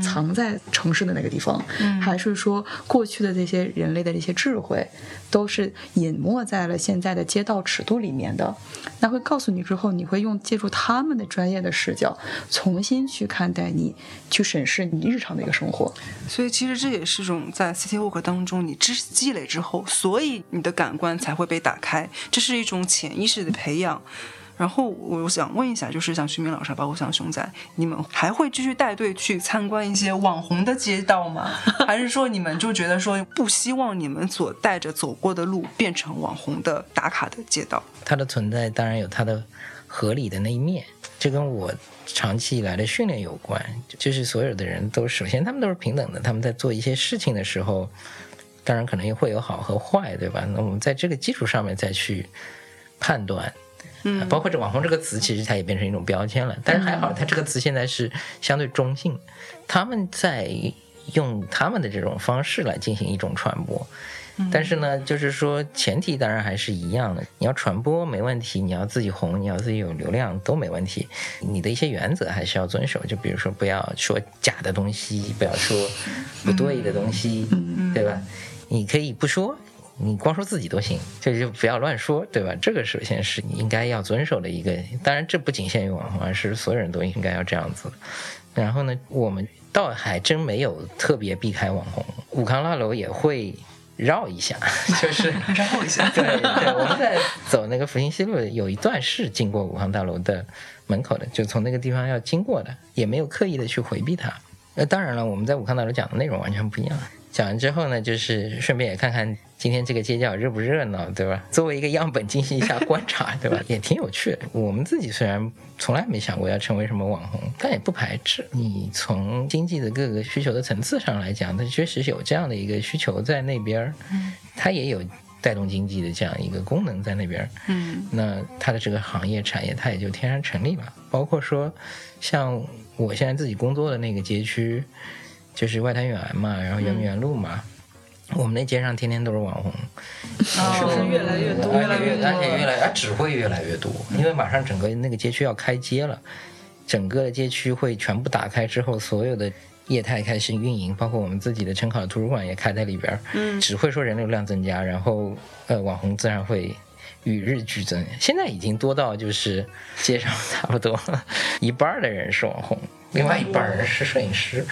藏在城市的那个地方，嗯、还是说过去的这些人类的这些智慧都是隐没在了现在的街道尺度里面的？那会告诉你之后，你会用借助他们的专业的视角重新去看待你，去审视你日常的一个生活。 所以其实这也是种在 City Walk 当中你知识积累之后，所以你的感官才会被打开，这是一种潜意识的培养。然后我想问一下，就是像徐明老师包括像熊仔，你们还会继续带队去参观一些网红的街道吗？还是说你们就觉得说不希望你们所带着走过的路变成网红的打卡的街道？ 它的存在当然有它的合理的那一面，这跟我长期以来的训练有关。就是所有的人都首先他们都是平等的，他们在做一些事情的时候当然可能也会有好和坏，对吧？那我们在这个基础上面再去判断。嗯，包括这网红这个词其实它也变成一种标签了，但是还好它这个词现在是相对中性，他们在用他们的这种方式来进行一种传播。但是呢就是说前提当然还是一样的，你要传播没问题，你要自己红，你要自己有流量都没问题，你的一些原则还是要遵守，就比如说不要说假的东西，不要说不对的东西，对吧？你可以不说，你光说自己都行，这就不要乱说，对吧？这个首先是你应该要遵守的一个，当然这不仅限于网红，而是所有人都应该要这样子。然后呢我们倒还真没有特别避开网红，武康大楼也会绕一下，就是绕一下对对，我们在走那个复兴西路有一段是经过武康大楼的门口的，就从那个地方要经过的，也没有刻意的去回避它。那当然了，我们在武康大楼讲的内容完全不一样，讲完之后呢就是顺便也看看今天这个街角热不热闹，对吧？作为一个样本进行一下观察，对吧？也挺有趣的。我们自己虽然从来没想过要成为什么网红，但也不排斥。你从经济的各个需求的层次上来讲，它确实有这样的一个需求在那边，它也有带动经济的这样一个功能在那边，嗯，那它的这个行业产业它也就天然成立了。包括说像我现在自己工作的那个街区就是外滩园嘛，然后圆明园路嘛，嗯、我们那街上天天都是网红， 是不是越来越多？ 越来越多，而且越来，而只会越来越多，因为马上整个那个街区要开街了，整个街区会全部打开之后，所有的业态开始运营，包括我们自己的陈考图书馆也开在里边，嗯，只会说人流量增加，然后呃网红自然会与日俱增，现在已经多到就是街上差不多一半的人是网红，另外一半人是摄影师。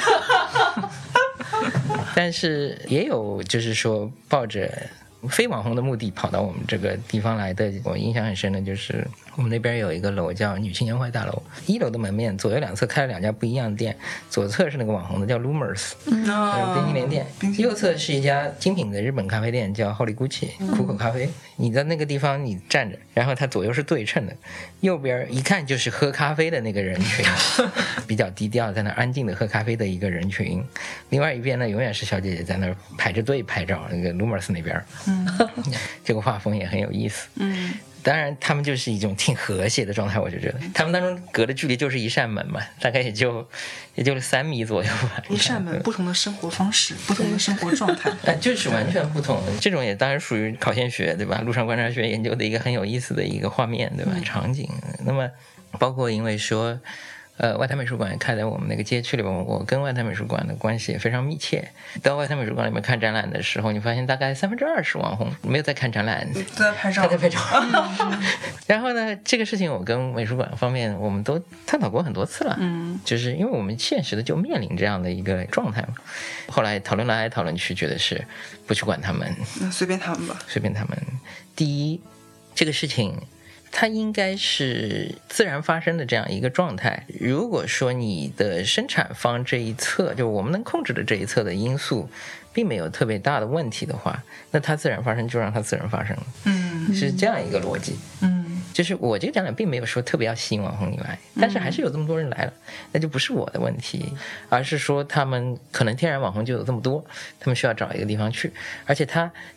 但是也有就是说抱着非网红的目的跑到我们这个地方来的，我印象很深的就是我们那边有一个楼叫女青年会大楼，一楼的门面左右两侧开了两家不一样的店，左侧是那个网红的叫 Lumers 冰淇淋店，右侧是一家精品的日本咖啡店叫 Holy Gucci 苦口咖啡。你在那个地方你站着，然后它左右是对称的，右边一看就是喝咖啡的那个人群比较低调在那安静的喝咖啡的一个人群，另外一边呢永远是小姐姐在那排着队拍照，那个 Lumers 那边，嗯，这个画风也很有意思，嗯，当然他们就是一种挺和谐的状态，我就觉得他们当中隔的距离就是一扇门嘛，大概也就也就三米左右吧。 一扇门，不同的生活方式，不同的生活状态， 哎，就是完全不同的。这种也当然属于考现学，对吧？路上观察学研究的一个很有意思的一个画面，对吧？嗯、场景。那么包括因为说。呃，外滩美术馆开在我们那个街区里边，我跟外滩美术馆的关系也非常密切。到外滩美术馆里面看展览的时候，你发现大概三分之二是网红，没有在看展览， 都在拍照， 都在拍照。然后呢，这个事情我跟美术馆方面我们都探讨过很多次了，嗯，就是因为我们现实的就面临这样的一个状态嘛。后来讨论来讨论去，觉得是不去管他们， 那随便他们吧， 随便他们。第一，这个事情。它应该是自然发生的这样一个状态。如果说你的生产方这一侧，就我们能控制的这一侧的因素，并没有特别大的问题的话，那它自然发生就让它自然发生了。嗯，是这样一个逻辑。嗯，就是我这个展览并没有说特别要吸引网红你来，但是还是有这么多人来了，那就不是我的问题，而是说他们可能天然网红就有这么多，他们需要找一个地方去，而且他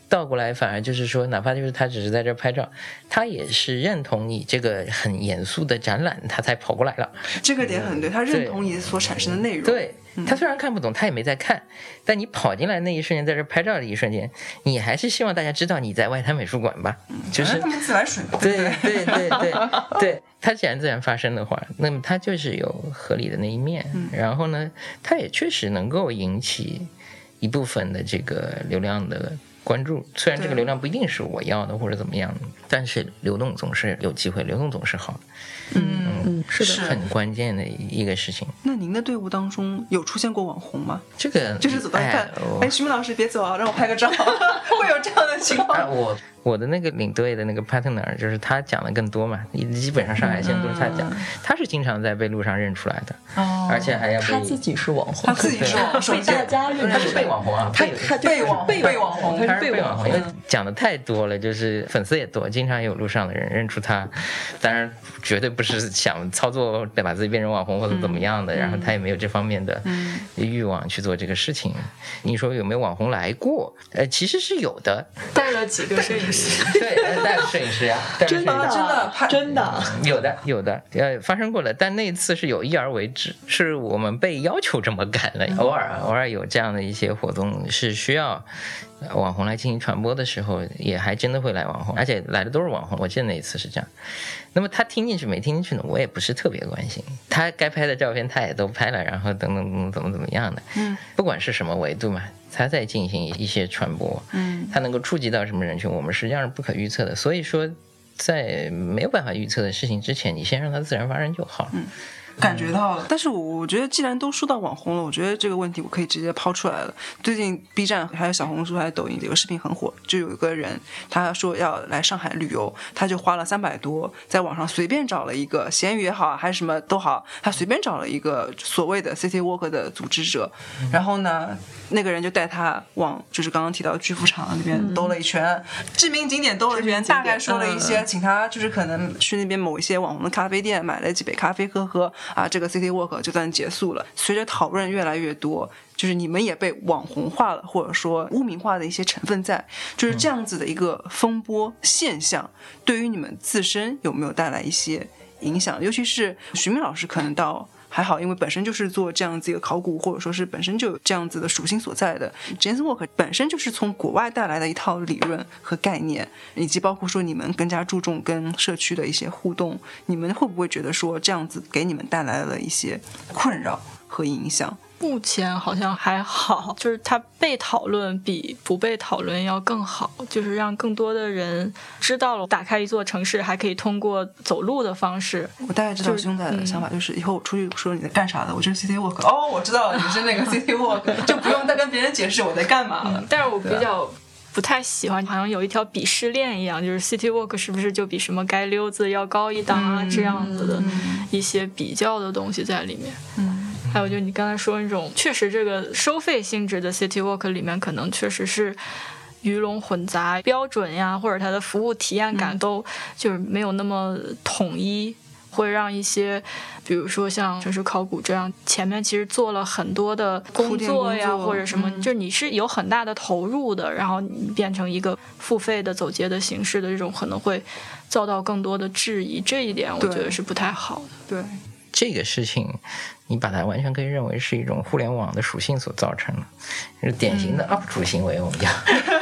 倒过来反而就是说，哪怕就是他只是在这拍照，他也是认同你这个很严肃的展览，他才跑过来了。 这个点很对，他认同你所产生的内容。 对，他虽然看不懂，他也没在看，但你跑进来那一瞬间，在这拍照的一瞬间，你还是希望大家知道你在外滩美术馆吧？就是他们自来水嘛。 对对对对对，它既然自然发生的话，那么它就是有合理的那一面。然后呢，它也确实能够引起一部分的这个流量的关注，虽然这个流量不一定是我要的或者怎么样的，但是流动总是有机会，流动总是好的。 嗯嗯，是的， 是很关键的一个事情。 那您的队伍当中有出现过网红吗？ 这个就是走到一半，哎，徐明老师别走啊，让我拍个照，会有这样的情况。 啊、我我的那个领队的那个 partner 就是他讲的更多嘛，基本上上海线都是他讲，嗯、他是经常在被路上认出来的，哦、而且还要被他自己是网红， 他自己是网红， 被大家认出来， 他是被网红啊， 他他被网被被网红， 他是被网红，因为讲的太多了，就是粉丝也多，经常有路上的人认出他，当然绝对不是想操作把自己变成网红或者怎么样的，嗯、然后他也没有这方面的欲望去做这个事情。嗯、你说有没有网红来过？呃，其实是有的， 带了几个摄影师， 对，带了摄影师呀， 真的真的真的有的有的，呃，发生过了，但那次是有意而为之，是我们被要求这么干的，偶尔偶尔有这样的一些活动是需要网红来进行传播的时候，也还真的会来网红，而且来的都是网红。我记得那一次是这样。那么他听进去没听进去呢？我也不是特别关心。他该拍的照片他也都拍了，然后等等等怎么怎么样的，嗯，不管是什么维度嘛，他在进行一些传播，嗯，他能够触及到什么人群，我们实际上是不可预测的。所以说，在没有办法预测的事情之前，你先让它自然发生就好了。嗯， 感觉到了，但是我觉得既然都说到网红了，我觉得这个问题我可以直接抛出来了。最近 B 站还有小红书还有抖音有个视频很火，就有一个人他说要来上海旅游，他就花了三百多在网上随便找了一个闲鱼也好还是什么都好，他随便找了一个所谓的 City Walk 的组织者，然后呢那个人就带他往就是刚刚提到巨富场那边兜了一圈，嗯、知名景点兜了一圈，大概说了一些，嗯、请他就是可能去那边某一些网红的咖啡店买了几杯咖啡喝喝啊，这个 City Walk 就算结束了。随着讨论越来越多，就是你们也被网红化了，或者说污名化的一些成分在，就是这样子的一个风波现象，对于你们自身有没有带来一些影响？尤其是徐明老师可能到还好，因为本身就是做这样子一个考古，或者说是本身就有这样子的属性所在的。James Walk 本身就是从国外带来的一套理论和概念，以及包括说你们更加注重跟社区的一些互动，你们会不会觉得说这样子给你们带来了一些困扰和影响？ 目前好像还好，就是它被讨论比不被讨论要更好，就是让更多的人知道了，打开一座城市还可以通过走路的方式。 我大概知道熊仔的想法，就是以后我出去说你在干啥的，我就是 City Walk， 哦，我知道了，你是那个 City Walk， 就不用再跟别人解释我在干嘛了。 嗯、但是我比较不太喜欢，好像有一条鄙视链一样，就是 City Walk 是不是就比什么街溜子要高一档啊、嗯、这样子的一些比较的东西在里面。嗯。还有就是你刚才说那种确实这个收费性质的 City Walk 里面可能确实是鱼龙混杂，标准呀或者它的服务体验感都就是没有那么统一，会让一些比如说像城市考古这样前面其实做了很多的工作呀或者什么、嗯、就是你是有很大的投入的，然后你变成一个付费的走街的形式的这种可能会遭到更多的质疑，这一点我觉得是不太好的。 对， 这个事情你把它完全可以认为是一种互联网的属性所造成的，是典型的 U P 主行为，我们讲。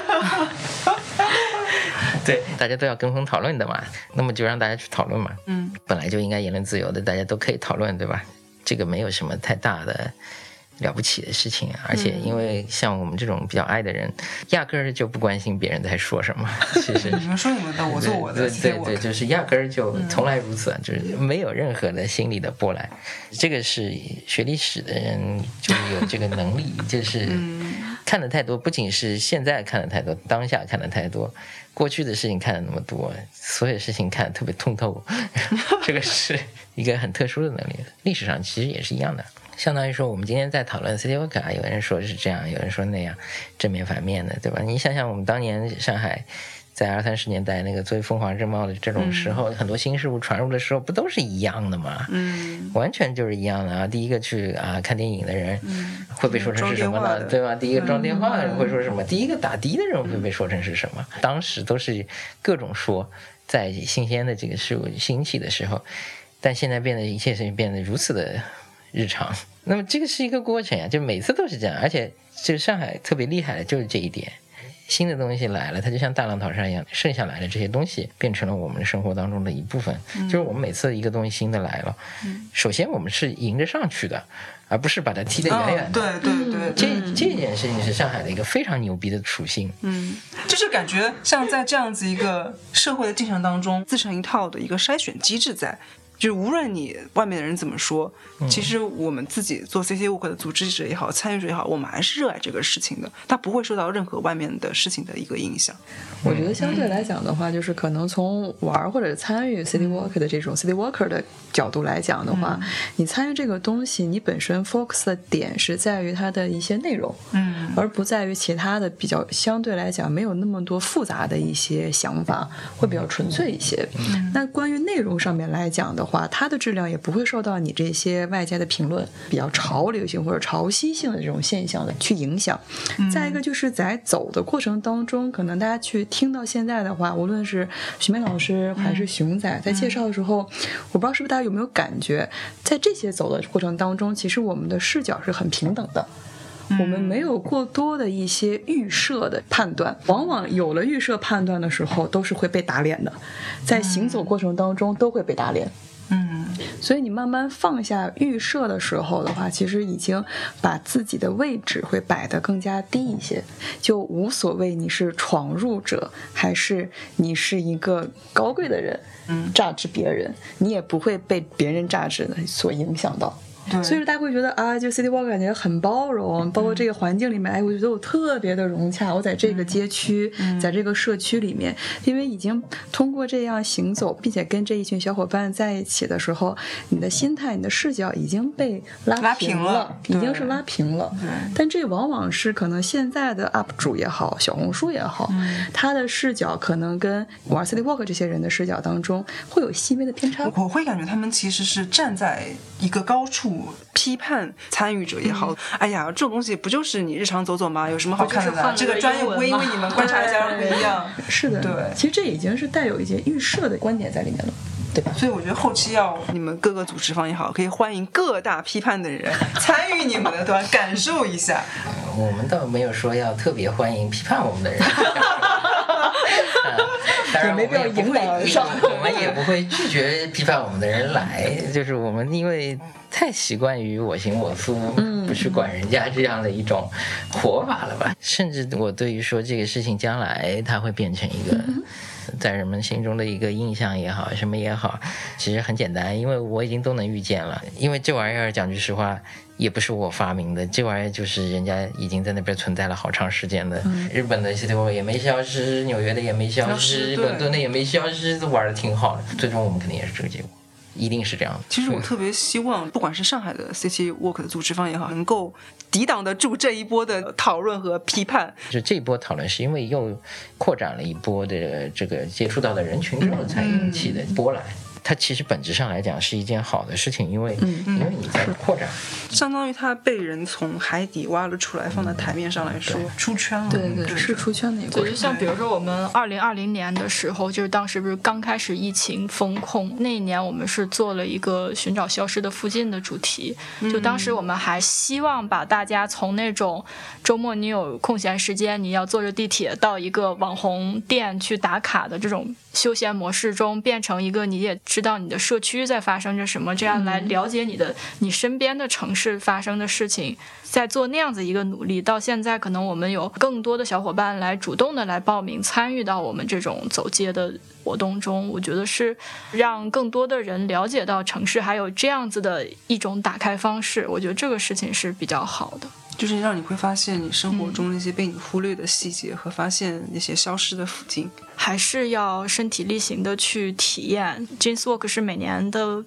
对，大家都要跟风讨论的嘛，那么就让大家去讨论嘛。嗯，本来就应该言论自由的，大家都可以讨论，对吧？这个没有什么太大的了不起的事情，而且因为像我们这种比较爱的人，压根儿就不关心别人在说什么。其实你们说你们的，我做我的， 对对 对, 对，就是压根儿就从来如此、嗯，就是没有任何的心理的波澜。这个是学历史的人就有这个能力，就是看的太多，不仅是现在看的太多，当下看的太多，过去的事情看的那么多，所有事情看得特别通透。这个是一个很特殊的能力，历史上其实也是一样的。相当于说我们今天在讨论 City Walk 啊，有人说是这样，有人说那样，正面反面的，对吧？你想想我们当年上海在二三十年代那个最风华正茂的这种时候、嗯、很多新事物传入的时候不都是一样的吗？嗯，完全就是一样的啊。第一个去啊看电影的人会被说成是什么呢？对吧？第一个装电话的人会说什么、嗯、第一个打的的人会被说成是什么、嗯、当时都是各种说，在新鲜的这个事物兴起的时候，但现在变得一切事情变得如此的日常，那么这个是一个过程呀，就每次都是这样。而且这个上海特别厉害的就是这一点，新的东西来了，它就像大浪淘沙一样，剩下来的这些东西变成了我们生活当中的一部分、嗯、就是我们每次一个东西新的来了、嗯、首先我们是迎着上去的，而不是把它踢得远远的、 哦、对对对， 这、嗯、这件事情是上海的一个非常牛逼的属性。 嗯，就是感觉像在这样子一个社会的进程当中自成一套的一个筛选机制在，就是无论你外面的人怎么说、嗯、其实我们自己做 City Walk 的组织者也好，参与者也好，我们还是热爱这个事情的，它不会受到任何外面的事情的一个影响。 我觉得相对来讲的话，就是可能从玩或者参与 City Walk 的这种 City Walker 的角度来讲的话、嗯、你参与这个东西，你本身 focus 的点是在于它的一些内容，嗯，而不在于其他的比较相对来讲没有那么多复杂的一些想法，会比较纯粹一些、嗯、那关于内容上面来讲的话，它的质量也不会受到你这些外界的评论比较潮流性或者潮汐性的这种现象的去影响、嗯、再一个就是在走的过程当中，可能大家去听到现在的话，无论是徐梅老师还是熊仔、嗯、在介绍的时候、嗯、我不知道是不是大家有没有感觉，在这些走的过程当中，其实我们的视角是很平等的，我们没有过多的一些预设的判断，往往有了预设判断的时候都是会被打脸的，在行走过程当中都会被打脸。嗯，所以你慢慢放下预设的时候的话，其实已经把自己的位置会摆得更加低一些，就无所谓你是闯入者还是你是一个高贵的人，嗯，榨制别人，你也不会被别人榨制的所影响到。所以说大家会觉得啊，就 City Walk 感觉很包容，包括这个环境里面，哎，我觉得我特别的融洽。我在这个街区，在这个社区里面，因为已经通过这样行走，并且跟这一群小伙伴在一起的时候，你的心态、你的视角已经被拉平了， 拉平了已经是拉平了。但这往往是可能现在的 U P 主也好，小红书也好，嗯、他的视角可能跟玩 City Walk 这些人的视角当中会有细微的偏差。 我会感觉他们其实是站在一个高处。批判参与者也好、嗯、哎呀这种东西不就是你日常走走吗，有什么好看的，这个专业不会因为你们观察一下不一样。 是的，对，其实这已经是带有一些预设的观点在里面了，对吧？ 所以我觉得后期要你们各个组织方也好，可以欢迎各大批判的人参与你们的对吧，感受一下、 嗯、我们倒没有说要特别欢迎批判我们的人当然我们也不会我们也不会拒绝批判我们的人来，就是我们因为太习惯于我行我素，不去管人家这样的一种活法了吧。甚至我对于说这个事情将来它会变成一个在人们心中的一个印象也好什么也好，其实很简单，因为我已经都能预见了。因为这玩意儿讲句实话也不是我发明的，这玩意儿就是人家已经在那边存在了好长时间的、嗯、日本的 City Walk 也没消失，纽约的也没消失，伦敦的也没消失，都玩的挺好的。最终我们肯定也是这个结果，一定是这样的。 其实我特别希望不管是上海的 City Walk 的组织方也好，能够抵挡得住这一波的讨论和批判。 就这一波讨论是因为又扩展了一波的这个接触到的人群之后才引起的波澜、嗯，它其实本质上来讲是一件好的事情，因为、嗯、因为你在扩展， 相当于它被人从海底挖了出来，放在台面上来说，出圈了。 对对，是出圈的一个过程。 就像比如说我们二零二零年的时候，就是当时不是刚开始疫情封控那一年，我们是做了一个寻找消失的附近的主题。就当时我们还希望把大家从那种周末你有空闲时间，你要坐着地铁到一个网红店去打卡的这种休闲模式中，变成一个你也知道你的社区在发生着什么，这样来了解你的、嗯、你身边的城市发生的事情，在做那样子一个努力。到现在可能我们有更多的小伙伴来主动的来报名参与到我们这种走街的活动中，我觉得是让更多的人了解到城市还有这样子的一种打开方式，我觉得这个事情是比较好的， 就是让你会发现你生活中那些被你忽略的细节、嗯、和发现那些消失的附近。 还是要身体力行的去体验。 Jeans Walk 是每年的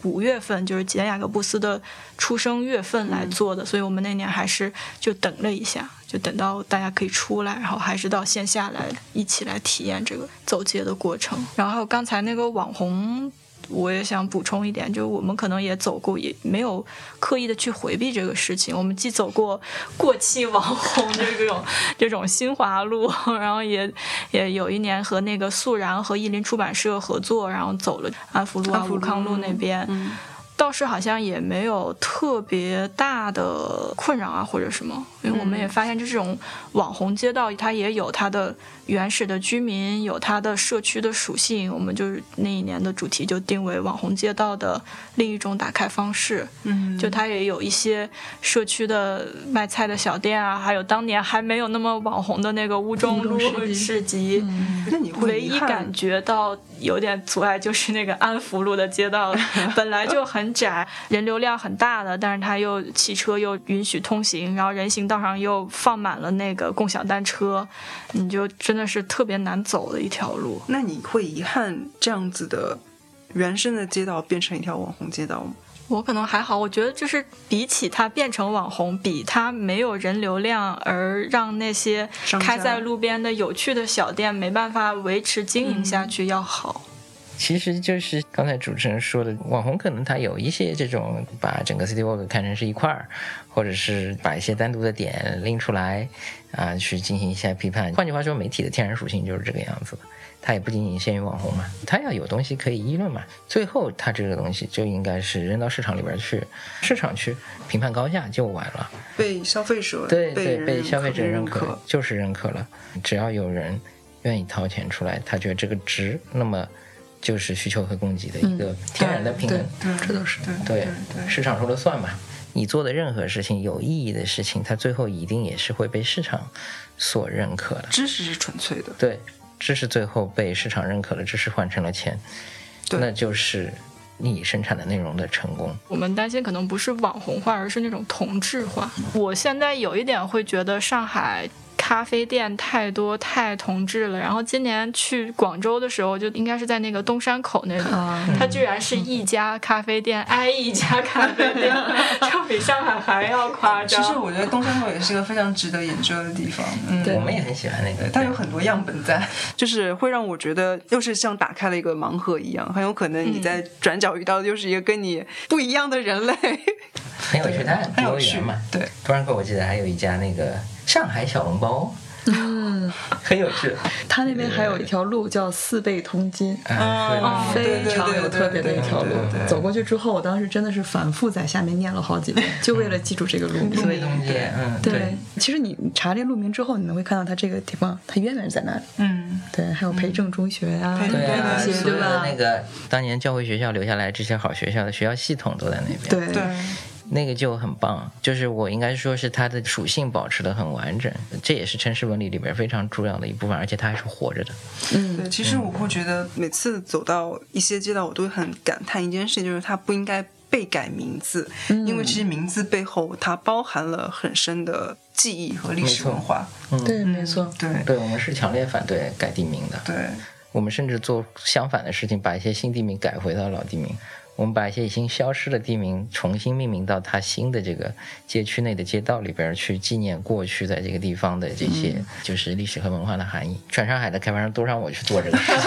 五月份，就是吉恩雅各布斯的出生月份来做的，嗯、所以我们那年还是就等了一下，就等到大家可以出来，然后还是到线下来一起来体验这个走街的过程。然后还有刚才那个网红。我也想补充一点，就是我们可能也走过，也没有刻意的去回避这个事情。我们既走过过气网红这种这种新华路，然后也也有一年和那个素然和译林出版社合作，然后走了安福路啊、武康路那边。嗯倒是好像也没有特别大的困扰啊或者什么，因为我们也发现这种网红街道它也有它的原始的居民，有它的社区的属性，我们就是那一年的主题就定为网红街道的另一种打开方式。嗯，就它也有一些社区的卖菜的小店啊，还有当年还没有那么网红的那个乌中路市集。 嗯，那你会唯一感觉到有点阻碍就是那个安福路的街道本来就很窄，人流量很大的，但是它又汽车又允许通行，然后人行道上又放满了那个共享单车，你就真的是特别难走的一条路。 那你会遗憾这样子的原生的街道变成一条网红街道吗？ 我可能还好，我觉得就是比起它变成网红，比它没有人流量而让那些开在路边的有趣的小店没办法维持经营下去要好。 其实就是刚才主持人说的，网红可能他有一些这种把整个 City Walk 看成是一块儿，或者是把一些单独的点拎出来啊，去进行一下批判。换句话说，媒体的天然属性就是这个样子的，它也不仅仅限于网红嘛，它要有东西可以议论嘛。最后它这个东西就应该是扔到市场里边去，市场去评判高下就完了， 被消费者对对被消费者认可， 就是认可了。只要有人愿意掏钱出来，他觉得这个值，那么就是需求和供给的一个天然的平衡。 嗯、对，这都是对市场说了算嘛。你做的任何事情，有意义的事情，它最后一定也是会被市场所认可的。 知识是纯粹的， 对，知识最后被市场认可了，知识换成了钱，那就是你生产的内容的成功。 我们担心可能不是网红化，而是那种同质化。我现在有一点会觉得上海咖啡店太多太同质了，然后今年去广州的时候，就应该是在那个东山口那里，啊、它居然是一家咖啡店挨一家咖啡店，就比上海还要夸张。 其实我觉得东山口也是一个非常值得研究的地方， 嗯，对，我们也很喜欢那个， 它有很多样本在，就是会让我觉得又是像打开了一个盲盒一样，很有可能你在转角遇到的又是一个跟你不一样的人类， 很有趣，它很多元嘛。 对， 东山口我记得还有一家那个上海小笼包。嗯，很有趣。 他那边还有一条路叫四倍通津， 啊， 非常有特别的一条路。走过去之后，我当时真的是反复在下面念了好几遍，就为了记住这个路名。 四倍通津，嗯， 对。其实你查这路名之后，你能会看到它这个地方，它渊源在哪里？嗯，对，还有培正中学啊， 对啊， 对吧？ 那个当年教会学校留下来这些好学校的学校系统都在那边。 对对。 那个就很棒，就是我应该说是它的属性保持得很完整，这也是城市纹理里边非常重要的一部分，而且它还是活着的。 嗯，对，其实我会觉得每次走到一些街道，我都会很感叹一件事情，就是它不应该被改名字，嗯、因为其实名字背后它包含了很深的记忆和历史文化。 嗯，对，没错， 对， 对，我们是强烈反对改地名的。 对， 我们甚至做相反的事情，把一些新地名改回到老地名。我们把一些已经消失的地名重新命名到它新的这个街区内的街道里边去，纪念过去在这个地方的这些就是历史和文化的含义。全上海的开发商都让我去做这个事情，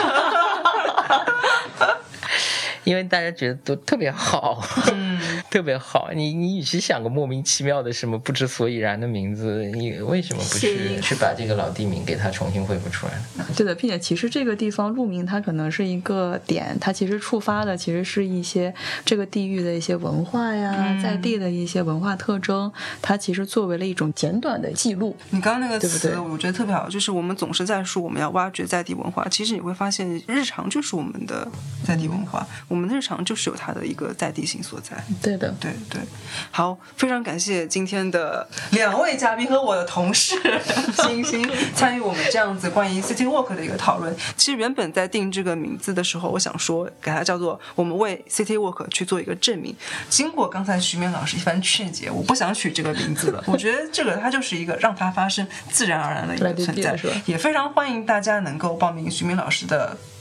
因为大家觉得都特别好，嗯，特别好。你你与其想个莫名其妙的什么不知所以然的名字，你为什么不去去把这个老地名给它重新恢复出来呢？ 对的，并且其实这个地方路名它可能是一个点，它其实触发的其实是一些这个地域的一些文化呀，嗯、在地的一些文化特征，它其实作为了一种简短的记录。 你刚刚那个词， 对对我觉得特别好，就是我们总是在说我们要挖掘在地文化，其实你会发现日常就是我们的在地文化。我们的日常就是有它的一个在地性所在。 对的， 对对。好，非常感谢今天的两位嘉宾和我的同事星星参与我们这样子关于 City Walk 的一个讨论。其实原本在定这个名字的时候，我想说给它叫做我们为 City Walk 去做一个证明。经过刚才徐明老师一番劝解，我不想取这个名字了。我觉得这个它就是一个让它发生自然而然的一个存在，也非常欢迎大家能够报名徐明老师的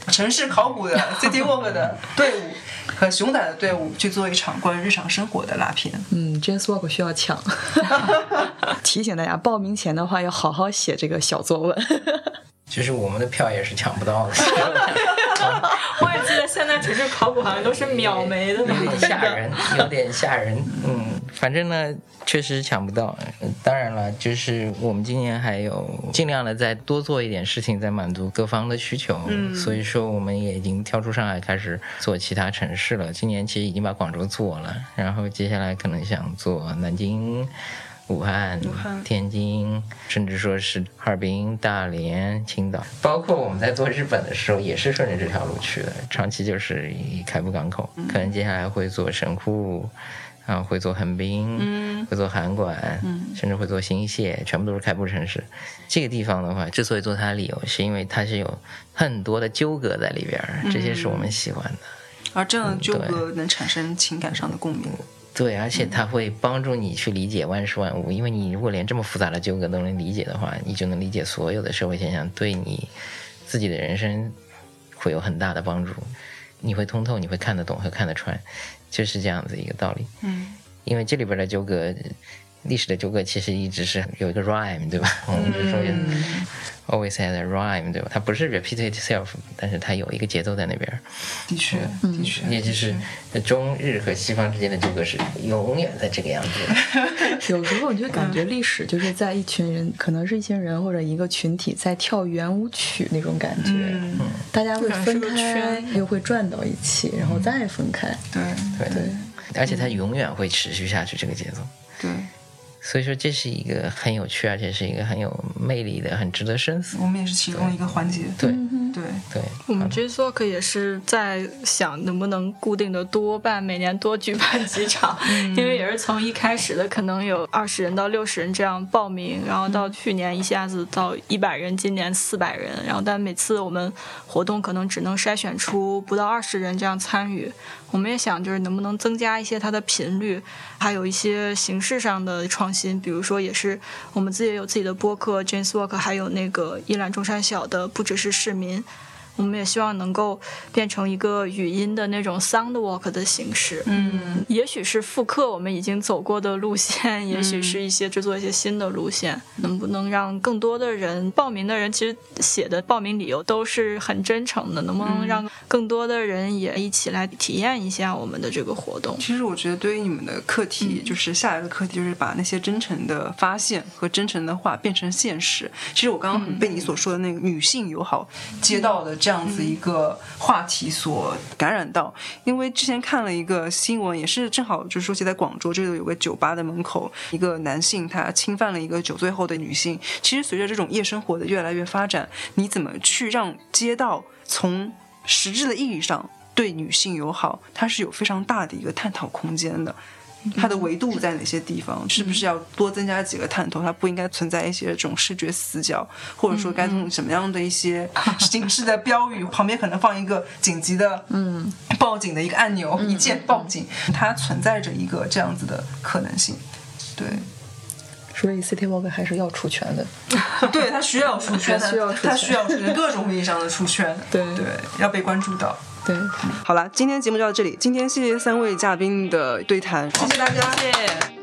城市考古的 City Walk 的队伍和熊仔的队伍去做一场关于日常生活的拉片。 嗯 James Walk 需要抢提醒大家报名前的话要好好写这个小作文就是我们的票也是抢不到的我也记得现在城市考古好像都是秒没的， 有点吓人，有点吓人。嗯，反正呢，确实抢不到。当然了，就是我们今年还有尽量的再多做一点事情，在满足各方的需求。嗯，所以说我们也已经跳出上海开始做其他城市了。今年其实已经把广州做了，然后接下来可能想做南京。武汉、天津，甚至说是哈尔滨、大连、青岛，包括我们在做日本的时候，也是顺着这条路去的。长期就是以开埠港口，可能接下来会做神户，啊，会做横滨，嗯，会做函馆，嗯，甚至会做新泻，全部都是开埠城市。这个地方的话，之所以做它的理由，是因为它是有很多的纠葛在里边，这些是我们喜欢的。 而这样的纠葛能产生情感上的共鸣。 对，而且它会帮助你去理解万事万物，因为你如果连这么复杂的纠葛都能理解的话，你就能理解所有的社会现象，对你自己的人生会有很大的帮助。你会通透，你会看得懂，会看得穿，就是这样子一个道理。嗯，因为这里边的纠葛，历史的纠葛其实一直是有一个 rhyme， 对吧？我们一直说、嗯、always has a rhyme， 对吧？它不是 repeat itself， 但是它有一个节奏在那边。 的确，的确， 也就是中日和西方之间的纠葛是永远在这个样子的。 有时候你就感觉历史就是在一群人，可能是一群人或者一个群体在跳圆舞曲那种感觉，嗯、大家会分开，又会转到一起，然后再分开。 对对对，而且它永远会持续下去，这个节奏。 对。 所以说这是一个很有趣，而且是一个很有魅力的、很值得深思。 我们也是其中一个环节。 对对对， 我们 J S Walk 也是在想能不能固定的多办，每年多举办几场，嗯、因为也是从一开始的可能有二十人到六十人这样报名，然后到去年一下子到一百人，今年四百人，然后但每次我们活动可能只能筛选出不到二十人这样参与。我们也想就是能不能增加一些它的频率，还有一些形式上的创新，比如说也是我们自己也有自己的播客 James Walk， 还有那个一览众山小的不只是市民，我们也希望能够变成一个语音的那种 sound walk 的形式。嗯，也许是复刻我们已经走过的路线，也许是一些制作一些新的路线，嗯、能不能让更多的人报名的人其实写的报名理由都是很真诚的，能不能让更多的人也一起来体验一下我们的这个活动？ 其实我觉得对于你们的课题，嗯、就是下来的课题就是把那些真诚的发现和真诚的话变成现实。其实我刚刚很被你所说的那个女性友好街道的这样子一个话题所感染到，因为之前看了一个新闻，也是正好就是说写在广州这里有个酒吧的门口，一个男性他侵犯了一个酒醉后的女性。其实随着这种夜生活的越来越发展，你怎么去让街道从实质的意义上对女性友好，它是有非常大的一个探讨空间的。它的维度在哪些地方？是不是要多增加几个探头？它不应该存在一些这种视觉死角，或者说该用什么样的一些警示的标语？旁边可能放一个紧急的嗯报警的一个按钮，一键报警，它存在着一个这样子的可能性。对。 所以 City Walk 还是要出圈的， 对，它需要出圈，它需要出圈，它需要出圈，各种意义上的出圈， 对对，要被关注到。 对， 好了，今天节目就到这里。今天谢谢三位嘉宾的对谈，谢谢大家，谢谢。